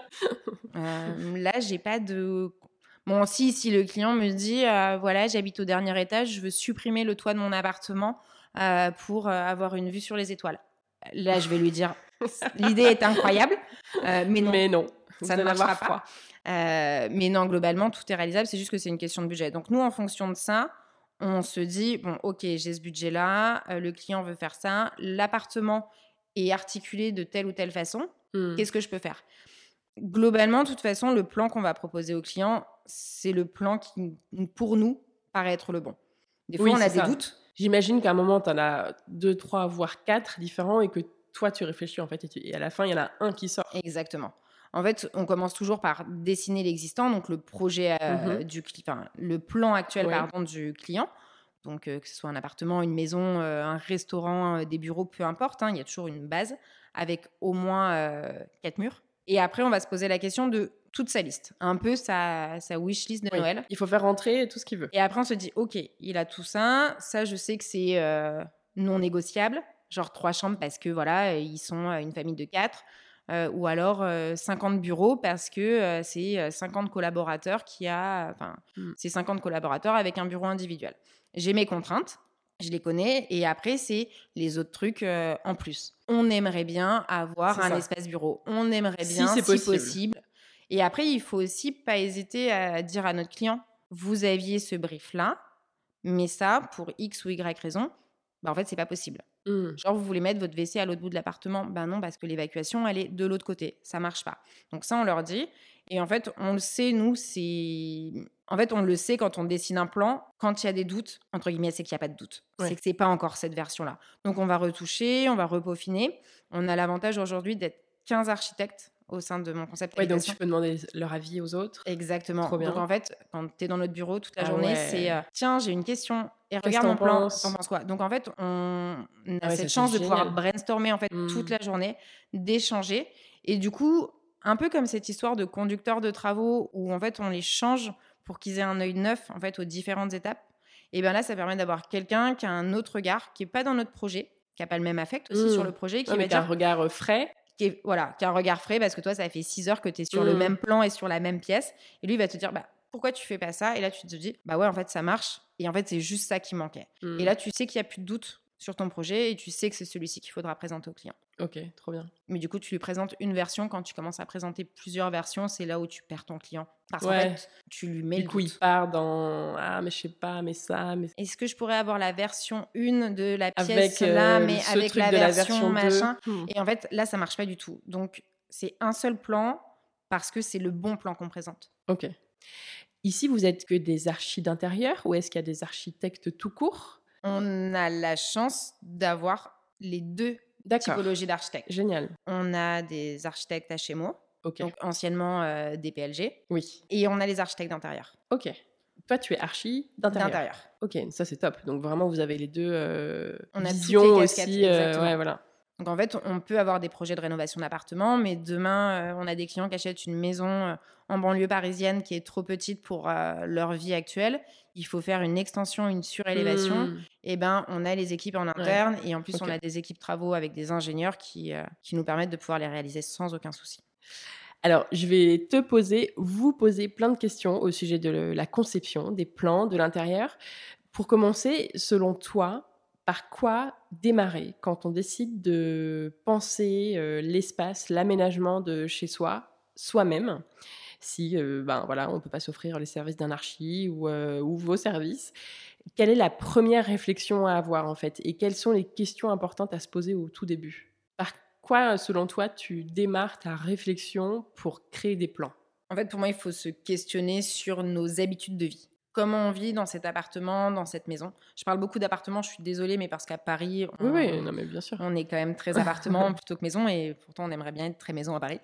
Euh, là, j'ai pas de. Bon, si, si le client me dit, euh, voilà, j'habite au dernier étage, je veux supprimer le toit de mon appartement euh, pour euh, avoir une vue sur les étoiles. Là, je vais lui dire, l'idée est incroyable, euh, mais non, Mais non, ça vous ne allez marchera avoir pas. froid. Euh, mais non, globalement, tout est réalisable, c'est juste que c'est une question de budget. Donc, nous, en fonction de ça, on se dit, bon, ok, j'ai ce budget-là, euh, le client veut faire ça, l'appartement est articulé de telle ou telle façon, Hmm. qu'est-ce que je peux faire? Globalement, de toute façon, le plan qu'on va proposer au client, c'est le plan qui, pour nous, paraît être le bon. Des fois, Oui, on a c'est des ça. doutes. J'imagine qu'à un moment, tu en as deux, trois, voire quatre différents et que toi, tu réfléchis en fait. Et, tu- et à la fin, il y en a un qui sort. Exactement. En fait, on commence toujours par dessiner l'existant, donc le projet euh, Mhm. du cli- enfin, le plan actuel Ouais. pardon, du client. Donc, euh, que ce soit un appartement, une maison, euh, un restaurant, euh, des bureaux, peu importe, hein, il y a toujours une base avec au moins euh, quatre murs. Et après, on va se poser la question de toute sa liste, un peu sa, sa wish list de Oui. Noël. Il faut faire rentrer tout ce qu'il veut. Et après, on se dit, OK, il a tout ça. Ça, je sais que c'est euh, non négociable. Genre trois chambres parce que, voilà, ils sont euh, une famille de quatre. Euh, ou alors euh, cinquante bureaux parce que euh, c'est euh, cinquante collaborateurs qui a... Enfin, Mm. c'est cinquante collaborateurs avec un bureau individuel. J'ai mes contraintes, je les connais. Et après, c'est les autres trucs euh, en plus. On aimerait bien avoir C'est un ça. espace bureau. On aimerait Si bien, c'est si possible. possible. Et après, il faut aussi pas hésiter à dire à notre client, vous aviez ce brief-là, mais ça, pour X ou Y raison, bah en fait, c'est pas possible. Hmm. Genre, vous voulez mettre votre W C à l'autre bout de l'appartement? Ben non, parce que l'évacuation, elle est de l'autre côté. Ça marche pas. Donc ça, on leur dit. Et en fait, on le sait, nous, c'est... En fait, on le sait quand on dessine un plan. Quand il y a des doutes, entre guillemets, c'est qu'il n'y a pas de doute. Ouais. C'est que c'est pas encore cette version-là. Donc, on va retoucher, on va repeaufiner. On a l'avantage aujourd'hui d'être quinze architectes au sein de mon concept Ouais, donc habitation. tu peux demander leur avis aux autres. Exactement. Trop bien. Donc en fait, quand tu es dans notre bureau toute la Ah journée, ouais. c'est euh, tiens, j'ai une question et Qu'est-ce regarde que mon t'en plan, penses t'en penses quoi? Donc en fait, on a Ah ouais, ça, cette c'est chance de pouvoir génial. brainstormer en fait Mm. toute la journée, d'échanger et du coup, un peu comme cette histoire de conducteur de travaux où en fait on les change pour qu'ils aient un œil neuf en fait aux différentes étapes. Et bien là, ça permet d'avoir quelqu'un qui a un autre regard, qui n'est pas dans notre projet, qui n'a pas le même affect aussi Mmh. sur le projet, qui Non, va mais qui a un dire, regard euh, frais. qui est, voilà, qui a un regard frais parce que toi, ça fait six heures que tu es sur le Mmh. même plan et sur la même pièce. Et lui, il va te dire, bah, pourquoi tu fais pas ça? Et là, tu te dis, bah ouais, en fait, ça marche. Et en fait, c'est juste ça qui manquait. Mmh. Et là, tu sais qu'il n'y a plus de doute sur ton projet et tu sais que c'est celui-ci qu'il faudra présenter au client. Ok, trop bien. Mais du coup, tu lui présentes une version. Quand tu commences à présenter plusieurs versions, c'est là où tu perds ton client. Parce qu'en Ouais. fait, tu lui mets Du le coup, il doute. part dans ah mais je sais pas, mais ça, mais Est-ce que je pourrais avoir la version un de la pièce avec là, euh, mais ce avec truc la de la version version deux. machin? Hmm. Et en fait, là, ça marche pas du tout. Donc, c'est un seul plan parce que c'est le bon plan qu'on présente. Ok. Ici, vous êtes que des archis d'intérieur ou est-ce qu'il y a des architectes tout court? On a la chance d'avoir les deux D'accord. typologies d'architectes. Génial. On a des architectes H M O, Ok. donc anciennement euh, des P L G, Oui. et on a les architectes d'intérieur. Ok. Toi, tu es archi d'intérieur. D'intérieur. Ok, ça c'est top. Donc vraiment, vous avez les deux euh, On a toutes visions les casquettes, aussi. euh, exactement. ouais, voilà. Donc en fait, on peut avoir des projets de rénovation d'appartements, mais demain, euh, on a des clients qui achètent une maison euh, en banlieue parisienne qui est trop petite pour euh, leur vie actuelle. Il faut faire une extension, une surélévation. Hmm. Et ben, on a les équipes en interne et en plus, Ok. on a des équipes travaux avec des ingénieurs qui, euh, qui nous permettent de pouvoir les réaliser sans aucun souci. Alors, je vais te poser, vous poser plein de questions au sujet de le- la conception, des plans, de l'intérieur. Pour commencer, selon toi, par quoi démarrer quand on décide de penser euh, l'espace, l'aménagement de chez soi, soi-même, si euh, ben, voilà, on ne peut pas s'offrir les services d'un archi ou, euh, ou vos services? Quelle est la première réflexion à avoir en fait? Et quelles sont les questions importantes à se poser au tout début? Par quoi, selon toi, tu démarres ta réflexion pour créer des plans? En fait, pour moi, il faut se questionner sur nos habitudes de vie. Comment on vit dans cet appartement, dans cette maison? Je parle beaucoup d'appartements, je suis désolée, mais parce qu'à Paris, on, Oui, oui, non, mais bien sûr. on est quand même très appartement plutôt que maison, et pourtant on aimerait bien être très maison à Paris.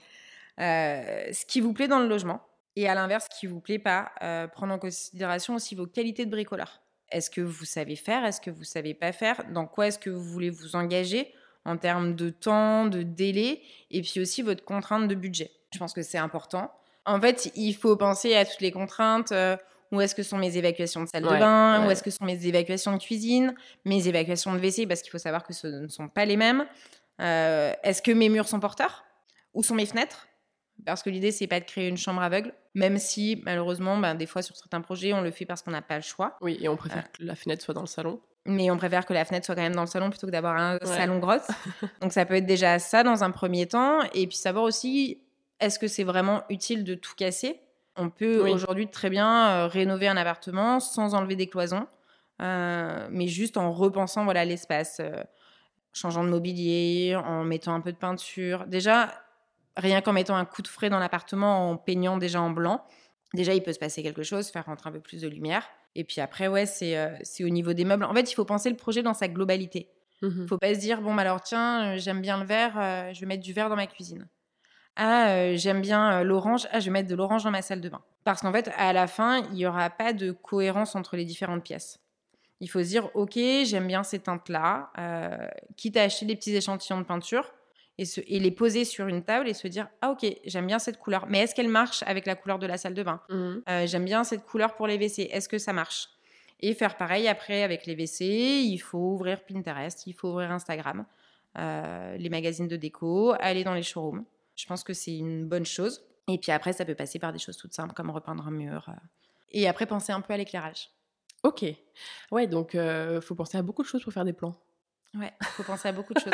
Euh, ce qui vous plaît dans le logement, et à l'inverse, ce qui vous plaît pas, euh, prendre en considération aussi vos qualités de bricoleur. Est-ce que vous savez faire? Est-ce que vous savez pas faire? Dans quoi est-ce que vous voulez vous engager en termes de temps, de délai, et puis aussi votre contrainte de budget? Je pense que c'est important. En fait, il faut penser à toutes les contraintes. Euh, où est-ce que sont mes évacuations de salle Ouais, de bain? ouais. Où est-ce que sont mes évacuations de cuisine? Mes évacuations de W C, parce qu'il faut savoir que ce ne sont pas les mêmes. Euh, est-ce que mes murs sont porteurs? Où sont mes fenêtres? Parce que l'idée, c'est pas de créer une chambre aveugle, même si, malheureusement, ben, des fois, sur certains projets, on le fait parce qu'on n'a pas le choix. Oui, et on préfère que la fenêtre soit dans le salon. Mais on préfère que la fenêtre soit quand même dans le salon plutôt que d'avoir un Ouais. salon grosse. Donc, ça peut être déjà ça dans un premier temps. Et puis, savoir aussi, est-ce que c'est vraiment utile de tout casser? On peut Oui. aujourd'hui très bien euh, rénover un appartement sans enlever des cloisons, euh, mais juste en repensant voilà, l'espace, euh, changeant de mobilier, en mettant un peu de peinture. Déjà, rien qu'en mettant un coup de frais dans l'appartement, en peignant déjà en blanc, déjà, il peut se passer quelque chose, faire rentrer un peu plus de lumière. Et puis après, ouais, c'est, euh, c'est au niveau des meubles. En fait, il faut penser le projet dans sa globalité. Il Mhm. ne faut pas se dire, bon, bah alors tiens, euh, j'aime bien le vert, euh, je vais mettre du vert dans ma cuisine. Ah, euh, j'aime bien euh, l'orange, ah, je vais mettre de l'orange dans ma salle de bain. Parce qu'en fait, à la fin, il n'y aura pas de cohérence entre les différentes pièces. Il faut se dire, ok, j'aime bien ces teintes-là, euh, quitte à acheter des petits échantillons de peinture et, se, et les poser sur une table et se dire, ah ok, j'aime bien cette couleur, mais est-ce qu'elle marche avec la couleur de la salle de bain? Mhm. euh, J'aime bien cette couleur pour les W C, est-ce que ça marche? Et faire pareil après avec les W C, il faut ouvrir Pinterest, il faut ouvrir Instagram, euh, les magazines de déco, aller dans les showrooms. Je pense que c'est une bonne chose. Et puis après, ça peut passer par des choses toutes simples comme repeindre un mur. euh. Et après, penser un peu à l'éclairage. Ok. Ouais, donc il faut penser à beaucoup de choses pour faire des plans. Ouais, il faut penser à beaucoup de choses.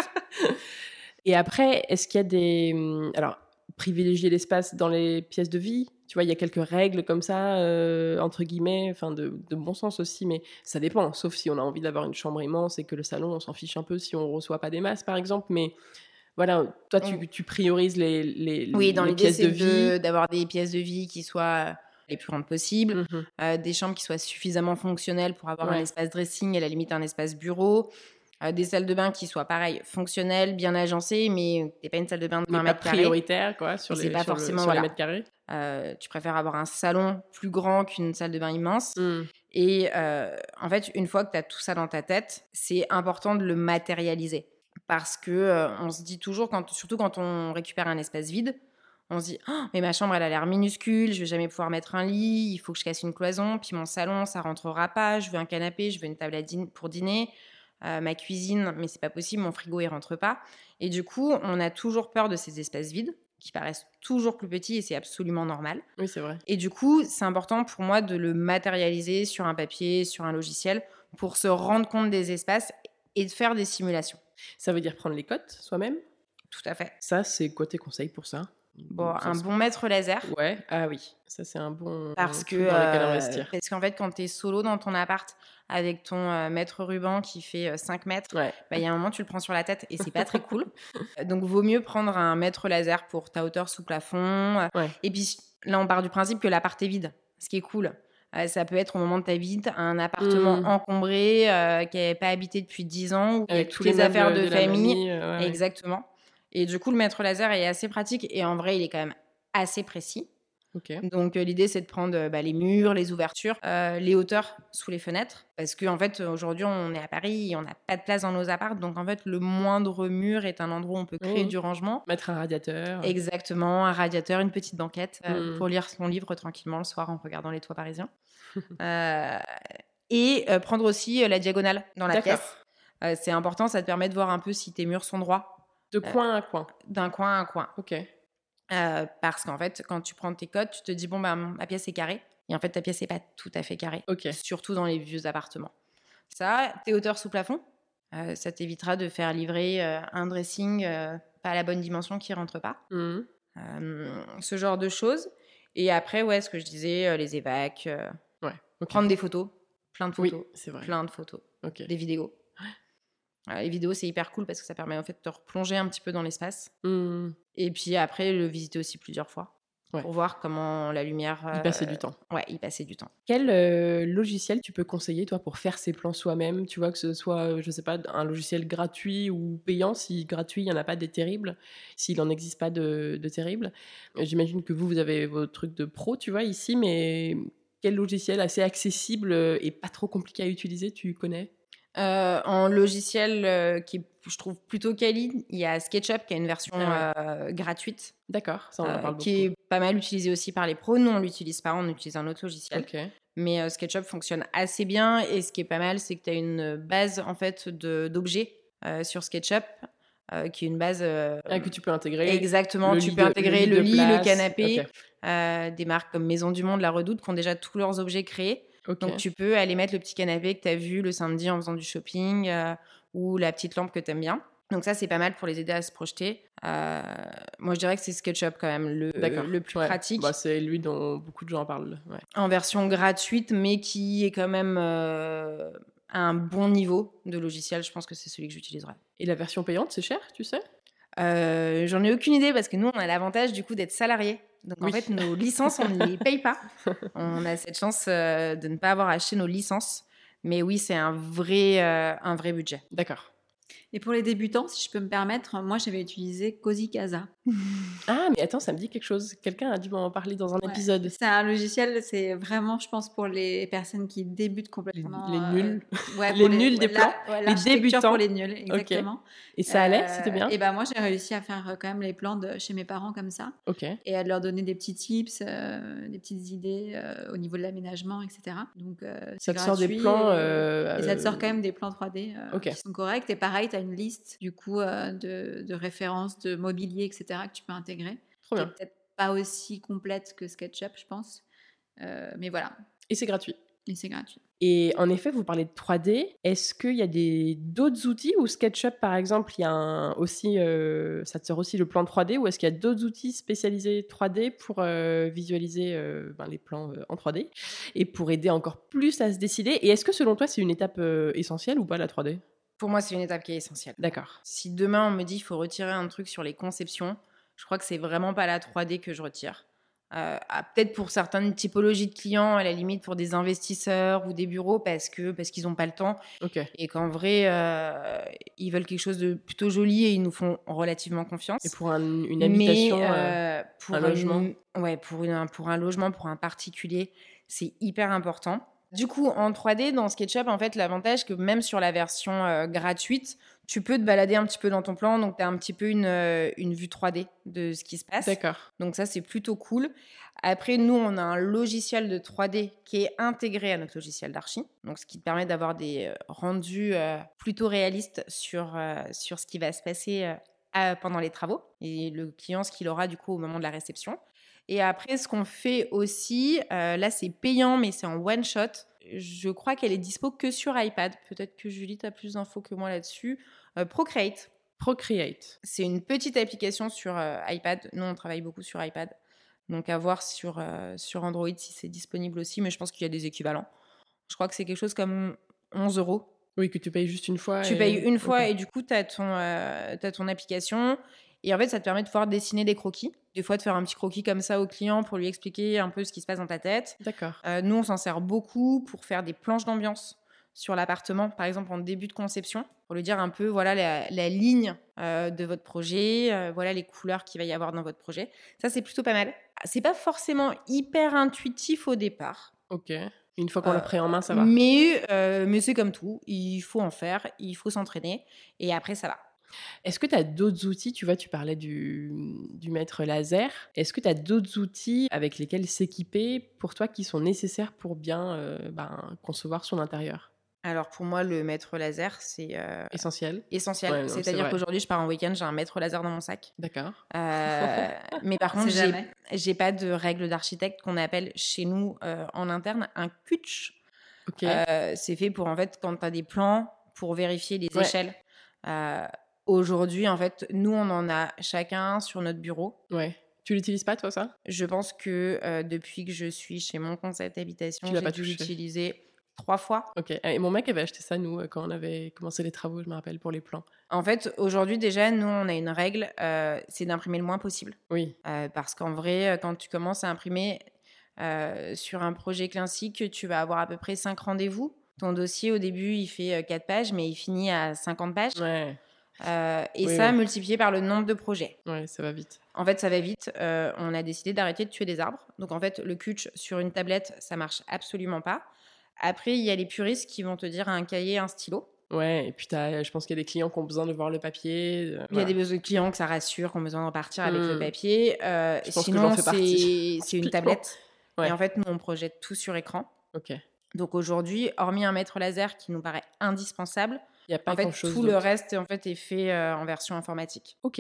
Et après, est-ce qu'il y a des... hum, Alors, privilégier l'espace dans les pièces de vie. Tu vois, il y a quelques règles comme ça, euh, entre guillemets, enfin de, de bon sens aussi, mais ça dépend. Sauf si on a envie d'avoir une chambre immense et que le salon, on s'en fiche un peu si on ne reçoit pas des masses, par exemple. Mais voilà, toi, tu, Mm. tu priorises les, les, Oui, dans les l'idée, pièces c'est de vie. de- d'avoir des pièces de vie qui soient les plus grandes possibles, Mhm. euh, des chambres qui soient suffisamment fonctionnelles pour avoir un Ouais. espace dressing, à la limite un espace bureau, euh, des salles de bain qui soient pareil, fonctionnelles, bien agencées, mais t'es pas une salle de bain de Mais vingt pas mètres carrés. prioritaire, quoi, sur Et les, c'est pas sur le- forcément, sur les voilà. mètres carrés. Euh, tu préfères avoir un salon plus grand qu'une salle de bain immense. Mm. Et euh, en fait, une fois que tu as tout ça dans ta tête, c'est important de le matérialiser. Parce que euh, on se dit toujours, quand, surtout quand on récupère un espace vide, On se dit oh, mais ma chambre elle a l'air minuscule, je vais jamais pouvoir mettre un lit, il faut que je casse une cloison, puis mon salon ça rentrera pas, je veux un canapé, je veux une table à dîner pour dîner, euh, ma cuisine, mais c'est pas possible, mon frigo il rentre pas. Et du coup, on a toujours peur de ces espaces vides qui paraissent toujours plus petits et c'est absolument normal. Oui, c'est vrai. Et du coup, c'est important pour moi de le matérialiser sur un papier, sur un logiciel, pour se rendre compte des espaces et de faire des simulations. Ça veut dire prendre les cotes soi-même? Tout à fait. Ça, c'est quoi tes conseils pour ça? Bon, ça, un c'est... bon mètre laser. Ouais, ah oui, ça c'est un bon parce que truc dans lequel euh, investir. Parce qu'en fait, quand tu es solo dans ton appart avec ton euh, mètre ruban qui fait euh, cinq mètres, ouais. bah, y a un moment, tu le prends sur la tête et c'est pas très cool. Donc, vaut mieux prendre un mètre laser pour ta hauteur sous plafond. Ouais. Et puis, là, on part du principe que l'appart est vide, ce qui est cool. Euh, ça peut être au moment de ta visite un appartement mmh. encombré, euh, qui n'est pas habité depuis dix ans, ou avec toutes les, les affaires de, de famille. Euh, ouais, Exactement. Ouais. Et du coup, le mètre laser est assez pratique et en vrai, il est quand même assez précis. Okay. Donc, euh, l'idée, c'est de prendre bah, les murs, les ouvertures, euh, les hauteurs sous les fenêtres. Parce qu'en en fait, aujourd'hui, on est à Paris et on n'a pas de place dans nos apparts. Donc, en fait, le moindre mur est un endroit où on peut créer mmh. du rangement. Mettre un radiateur. Exactement, un radiateur, une petite banquette euh, mmh. pour lire son livre tranquillement le soir en regardant les toits parisiens. euh, et euh, prendre aussi euh, la diagonale dans la D'accord. pièce. Euh, c'est important, ça te permet de voir un peu si tes murs sont droits. De coin euh, à coin. D'un coin à un coin. Ok. Euh, parce qu'en fait, quand tu prends tes codes, tu te dis, bon, bah, ma pièce est carrée. Et en fait, ta pièce n'est pas tout à fait carrée. Okay. Surtout dans les vieux appartements. Ça, tes hauteurs sous plafond, euh, ça t'évitera de faire livrer euh, un dressing euh, pas à la bonne dimension qui ne rentre pas. Mmh. Euh, ce genre de choses. Et après, ouais, ce que je disais, euh, les évacs, euh, ouais, okay. prendre des photos, plein de photos. Oui, c'est vrai. Plein de photos. Okay. Des vidéos. Euh, les vidéos, c'est hyper cool parce que ça permet en fait de te replonger un petit peu dans l'espace. Mmh. Et puis après, le visiter aussi plusieurs fois ouais. pour voir comment la lumière... Euh, y passer du temps. Ouais, y passer du temps. Quel euh, logiciel tu peux conseiller, toi, pour faire ces plans soi-même? Tu vois, que ce soit, je sais pas, un logiciel gratuit ou payant. Si gratuit, il n'y en a pas des terribles. S'il n'en existe pas de, de terribles. J'imagine que vous, vous avez vos trucs de pro, tu vois, ici. Mais quel logiciel assez accessible et pas trop compliqué à utiliser, tu connais? Euh, en logiciel euh, qui est, je trouve plutôt quali, il y a SketchUp qui a une version ah ouais. euh, gratuite. D'accord, ça on en euh, parle qui beaucoup. est pas mal utilisé aussi par les pros. Nous, on l'utilise pas, on utilise un autre logiciel. Okay. Mais euh, SketchUp fonctionne assez bien et ce qui est pas mal, c'est que tu as une base en fait de, d'objets euh, sur SketchUp. Euh, qui est une base euh, ah, que tu peux intégrer. Exactement, tu peux de, intégrer le lit, le, lit, place. le canapé. Okay. Euh, des marques comme Maison du Monde, La Redoute, qui ont déjà tous leurs objets créés. Okay. Donc, tu peux aller mettre le petit canapé que tu as vu le samedi en faisant du shopping euh, ou la petite lampe que tu aimes bien. Donc, ça, c'est pas mal pour les aider à se projeter. Euh, moi, je dirais que c'est SketchUp quand même le, le plus ouais. pratique. Bah, c'est lui dont beaucoup de gens parlent. Ouais. En version gratuite, mais qui est quand même euh, à un bon niveau de logiciel. Je pense que c'est celui que j'utiliserai. Et la version payante, c'est cher, tu sais? Euh, j'en ai aucune idée parce que nous, on a l'avantage du coup d'être salariés. Donc oui. en fait, nos licences, on ne les paye pas. On a cette chance euh, de ne pas avoir acheté nos licences. Mais oui, c'est un vrai, euh, un vrai budget. D'accord. Et pour les débutants, si je peux me permettre, moi, j'avais utilisé Cozy Casa. Ah, mais attends, ça me dit quelque chose. Quelqu'un a dû m'en parler dans un ouais. épisode. C'est un logiciel, c'est vraiment, je pense, pour les personnes qui débutent complètement. Les, les nuls. Euh, ouais, les, les nuls les, des plans. La, ouais, les débutants. Pour les nuls, exactement. Okay. Et ça allait, euh, c'était bien. Et ben moi, j'ai réussi à faire quand même les plans de chez mes parents comme ça. Ok. Et à leur donner des petits tips, euh, des petites idées euh, au niveau de l'aménagement, et cetera. Donc, euh, ça te gratuit, sort des plans. Et, euh, et ça te sort quand même des plans trois D euh, okay. qui sont corrects. Et pareil, tu as une liste du coup euh, de, de références, de mobilier, et cetera que tu peux intégrer. Trop bien. Peut-être pas aussi complète que SketchUp, je pense. Euh, mais voilà. Et c'est gratuit. Et c'est gratuit. Et en effet, vous parlez de trois D. Est-ce qu'il y a des, d'autres outils ou SketchUp, par exemple, il y a un, aussi, euh, ça te sort aussi le plan trois D ou est-ce qu'il y a d'autres outils spécialisés trois D pour euh, visualiser euh, ben, les plans euh, en trois D et pour aider encore plus à se décider? Et est-ce que selon toi, c'est une étape euh, essentielle ou pas, la trois D? Pour moi, c'est une étape qui est essentielle. D'accord. Si demain, on me dit qu'il faut retirer un truc sur les conceptions, je crois que c'est vraiment pas la trois D que je retire. Euh, peut-être pour certaines typologies de clients, à la limite pour des investisseurs ou des bureaux, parce que parce qu'ils n'ont pas le temps. Okay. Et qu'en vrai, euh, ils veulent quelque chose de plutôt joli et ils nous font relativement confiance. Et pour un, une habitation, Mais, euh, pour un logement une, ouais, pour, une, pour un logement, pour un particulier, c'est hyper important. Du coup, en trois D, dans SketchUp, en fait, l'avantage que même sur la version euh, gratuite, Tu peux te balader un petit peu dans ton plan, donc tu as un petit peu une, euh, une vue trois D de ce qui se passe. D'accord. Donc ça, c'est plutôt cool. Après, nous, on a un logiciel de trois D qui est intégré à notre logiciel d'archi, donc ce qui te permet d'avoir des euh, rendus euh, plutôt réalistes sur, euh, sur ce qui va se passer euh, à- pendant les travaux et le client, ce qu'il aura du coup au moment de la réception. Et après, ce qu'on fait aussi, euh, là, c'est payant, mais c'est en one shot. Je crois qu'elle est dispo que sur iPad. Peut-être que Julie, tu as plus d'infos que moi là-dessus. Euh, Procreate. Procreate. C'est une petite application sur euh, iPad. Nous, on travaille beaucoup sur iPad. Donc, à voir sur, euh, sur Android si c'est disponible aussi. Mais je pense qu'il y a des équivalents. Je crois que c'est quelque chose comme onze euros. Oui, que tu payes juste une fois. Tu et... payes une fois okay. et du coup, tu as ton, euh, t'as ton application. Et en fait, ça te permet de pouvoir dessiner des croquis. Des fois, de faire un petit croquis comme ça au client pour lui expliquer un peu ce qui se passe dans ta tête. D'accord. Euh, nous, on s'en sert beaucoup pour faire des planches d'ambiance sur l'appartement, par exemple en début de conception, pour lui dire un peu voilà la, la ligne euh, de votre projet, euh, voilà les couleurs qu'il va y avoir dans votre projet. Ça, c'est plutôt pas mal. C'est pas forcément hyper intuitif au départ. Ok. Une fois qu'on Euh, l'a pris en main, ça va. Mais, euh, mais c'est comme tout. Il faut en faire, il faut s'entraîner. Et après, ça va. Est-ce que tu as d'autres outils? Tu vois, tu parlais du, du maître laser. Est-ce que tu as d'autres outils avec lesquels s'équiper pour toi qui sont nécessaires pour bien euh, ben, concevoir son intérieur? Alors pour moi, le maître laser, c'est euh, Essentiel. essentiel. Ouais, non, c'est C'est-à-dire vrai. qu'aujourd'hui, je pars en week-end, j'ai un maître laser dans mon sac. D'accord. Euh, mais par contre, C'est j'ai, jamais. j'ai pas de règle d'architecte qu'on appelle chez nous euh, en interne un cutch. Ok. Euh, c'est fait pour, en fait, quand tu as des plans, pour vérifier les Ouais. échelles. Euh, aujourd'hui, en fait, nous, on en a chacun sur notre bureau. Ouais. Tu l'utilises pas, toi, ça? Je pense que euh, depuis que je suis chez mon concept habitation, Tu l'as j'ai pas dû touché. l'utiliser trois fois. Ok. Et mon mec avait acheté ça, nous, euh, quand on avait commencé les travaux, je me rappelle, pour les plans. En fait, aujourd'hui, déjà, nous, on a une règle, euh, c'est d'imprimer le moins possible. Oui. Euh, parce qu'en vrai, euh, quand tu commences à imprimer euh, sur un projet classique, tu vas avoir à peu près cinq rendez-vous. Ton dossier, au début, il fait euh, quatre pages, mais il finit à cinquante pages. Ouais. Euh, et Oui, ça, oui. multiplié par le nombre de projets. Ouais, ça va vite. En fait, ça va vite. Euh, on a décidé d'arrêter de tuer des arbres. Donc, en fait, le cutch sur une tablette, ça marche absolument pas. Après, il y a les puristes qui vont te dire un cahier, un stylo. Ouais, et puis t'as, je pense qu'il y a des clients qui ont besoin de voir le papier. euh, Il y a voilà. des besoins de clients que ça rassure, qui ont besoin de repartir avec Hmm. le papier. Euh, Je pense que sinon, j'en fais partie, c'est, c'est une typiquement. tablette. Ouais. Et en fait, nous, on projette tout sur écran. Ok. Donc aujourd'hui, hormis un maître laser qui nous paraît indispensable, Il n'y a pas en fait, grand-chose tout le d'autre. reste en fait, est fait euh, en version informatique. Ok.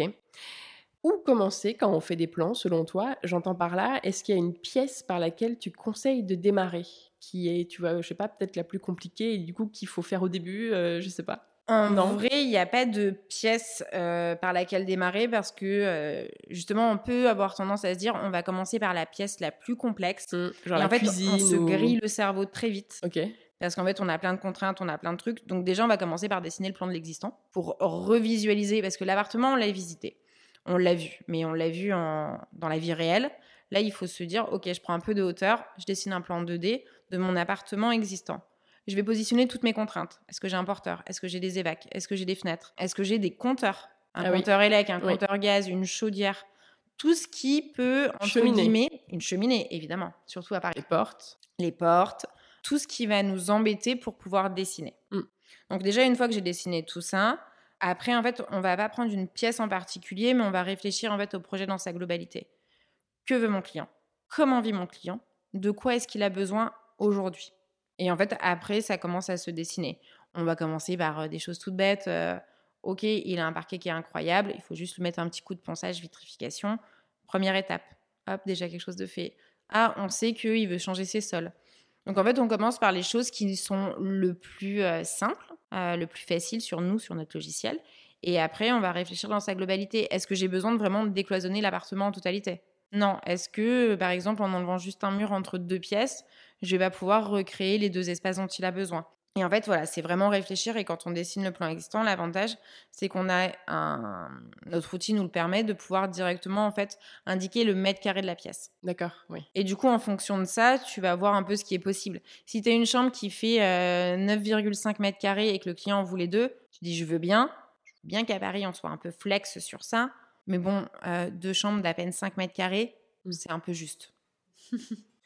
Où commencer quand on fait des plans, selon toi? J'entends par là, est-ce qu'il y a une pièce par laquelle tu conseilles de démarrer, qui est, tu vois, je sais pas, peut-être la plus compliquée et du coup qu'il faut faire au début, euh, je sais pas. En Non. vrai, il n'y a pas de pièce euh, par laquelle démarrer parce que euh, justement, on peut avoir tendance à se dire on va commencer par la pièce la plus complexe. Hmm. Genre Et la en fait, cuisine on se ou... grille le cerveau très vite. Ok. Parce qu'en fait, on a plein de contraintes, on a plein de trucs. Donc déjà, on va commencer par dessiner le plan de l'existant pour revisualiser. Parce que l'appartement, on l'a visité. On l'a vu. Mais on l'a vu en... dans la vie réelle. Là, il faut se dire, OK, je prends un peu de hauteur. Je dessine un plan deux D de mon appartement existant. Je vais positionner toutes mes contraintes. Est-ce que j'ai un porteur? Est-ce que j'ai des évacs? Est-ce que j'ai des fenêtres? Est-ce que j'ai des compteurs? Un Ah oui. compteur élec, un Oui. compteur gaz, une chaudière. Tout ce qui peut, entre Cheminée. guillemets... Une cheminée, évidemment. Surtout à Paris. Les portes. Les portes. Tout ce qui va nous embêter pour pouvoir dessiner. Mm. Donc déjà, une fois que j'ai dessiné tout ça, après, en fait, on va pas prendre une pièce en particulier, mais on va réfléchir en fait au projet dans sa globalité. Que veut mon client? Comment vit mon client? De quoi est-ce qu'il a besoin aujourd'hui? Et en fait, après, ça commence à se dessiner. On va commencer par euh, des choses toutes bêtes. Euh, ok, il a un parquet qui est incroyable, il faut juste lui mettre un petit coup de ponçage, vitrification. Première étape. Hop, déjà quelque chose de fait. Ah, on sait qu'il veut changer ses sols. Donc en fait, on commence par les choses qui sont le plus euh, simples, euh, le plus facile sur nous, sur notre logiciel. Et après, on va réfléchir dans sa globalité. Est-ce que j'ai besoin de vraiment décloisonner l'appartement en totalité? Non. Est-ce que, par exemple, en enlevant juste un mur entre deux pièces, je vais pouvoir recréer les deux espaces dont il a besoin? Et en fait, voilà, c'est vraiment réfléchir. Et quand on dessine le plan existant, l'avantage, c'est qu'on a un... Notre outil nous le permet de pouvoir directement, en fait, indiquer le mètre carré de la pièce. D'accord, oui. Et du coup, en fonction de ça, tu vas voir un peu ce qui est possible. Si tu as une chambre qui fait euh, neuf virgule cinq mètres carrés et que le client en voulait deux, tu dis, je veux bien. Je veux bien qu'à Paris, on soit un peu flex sur ça. Mais bon, euh, deux chambres d'à peine cinq mètres carrés, c'est un peu juste.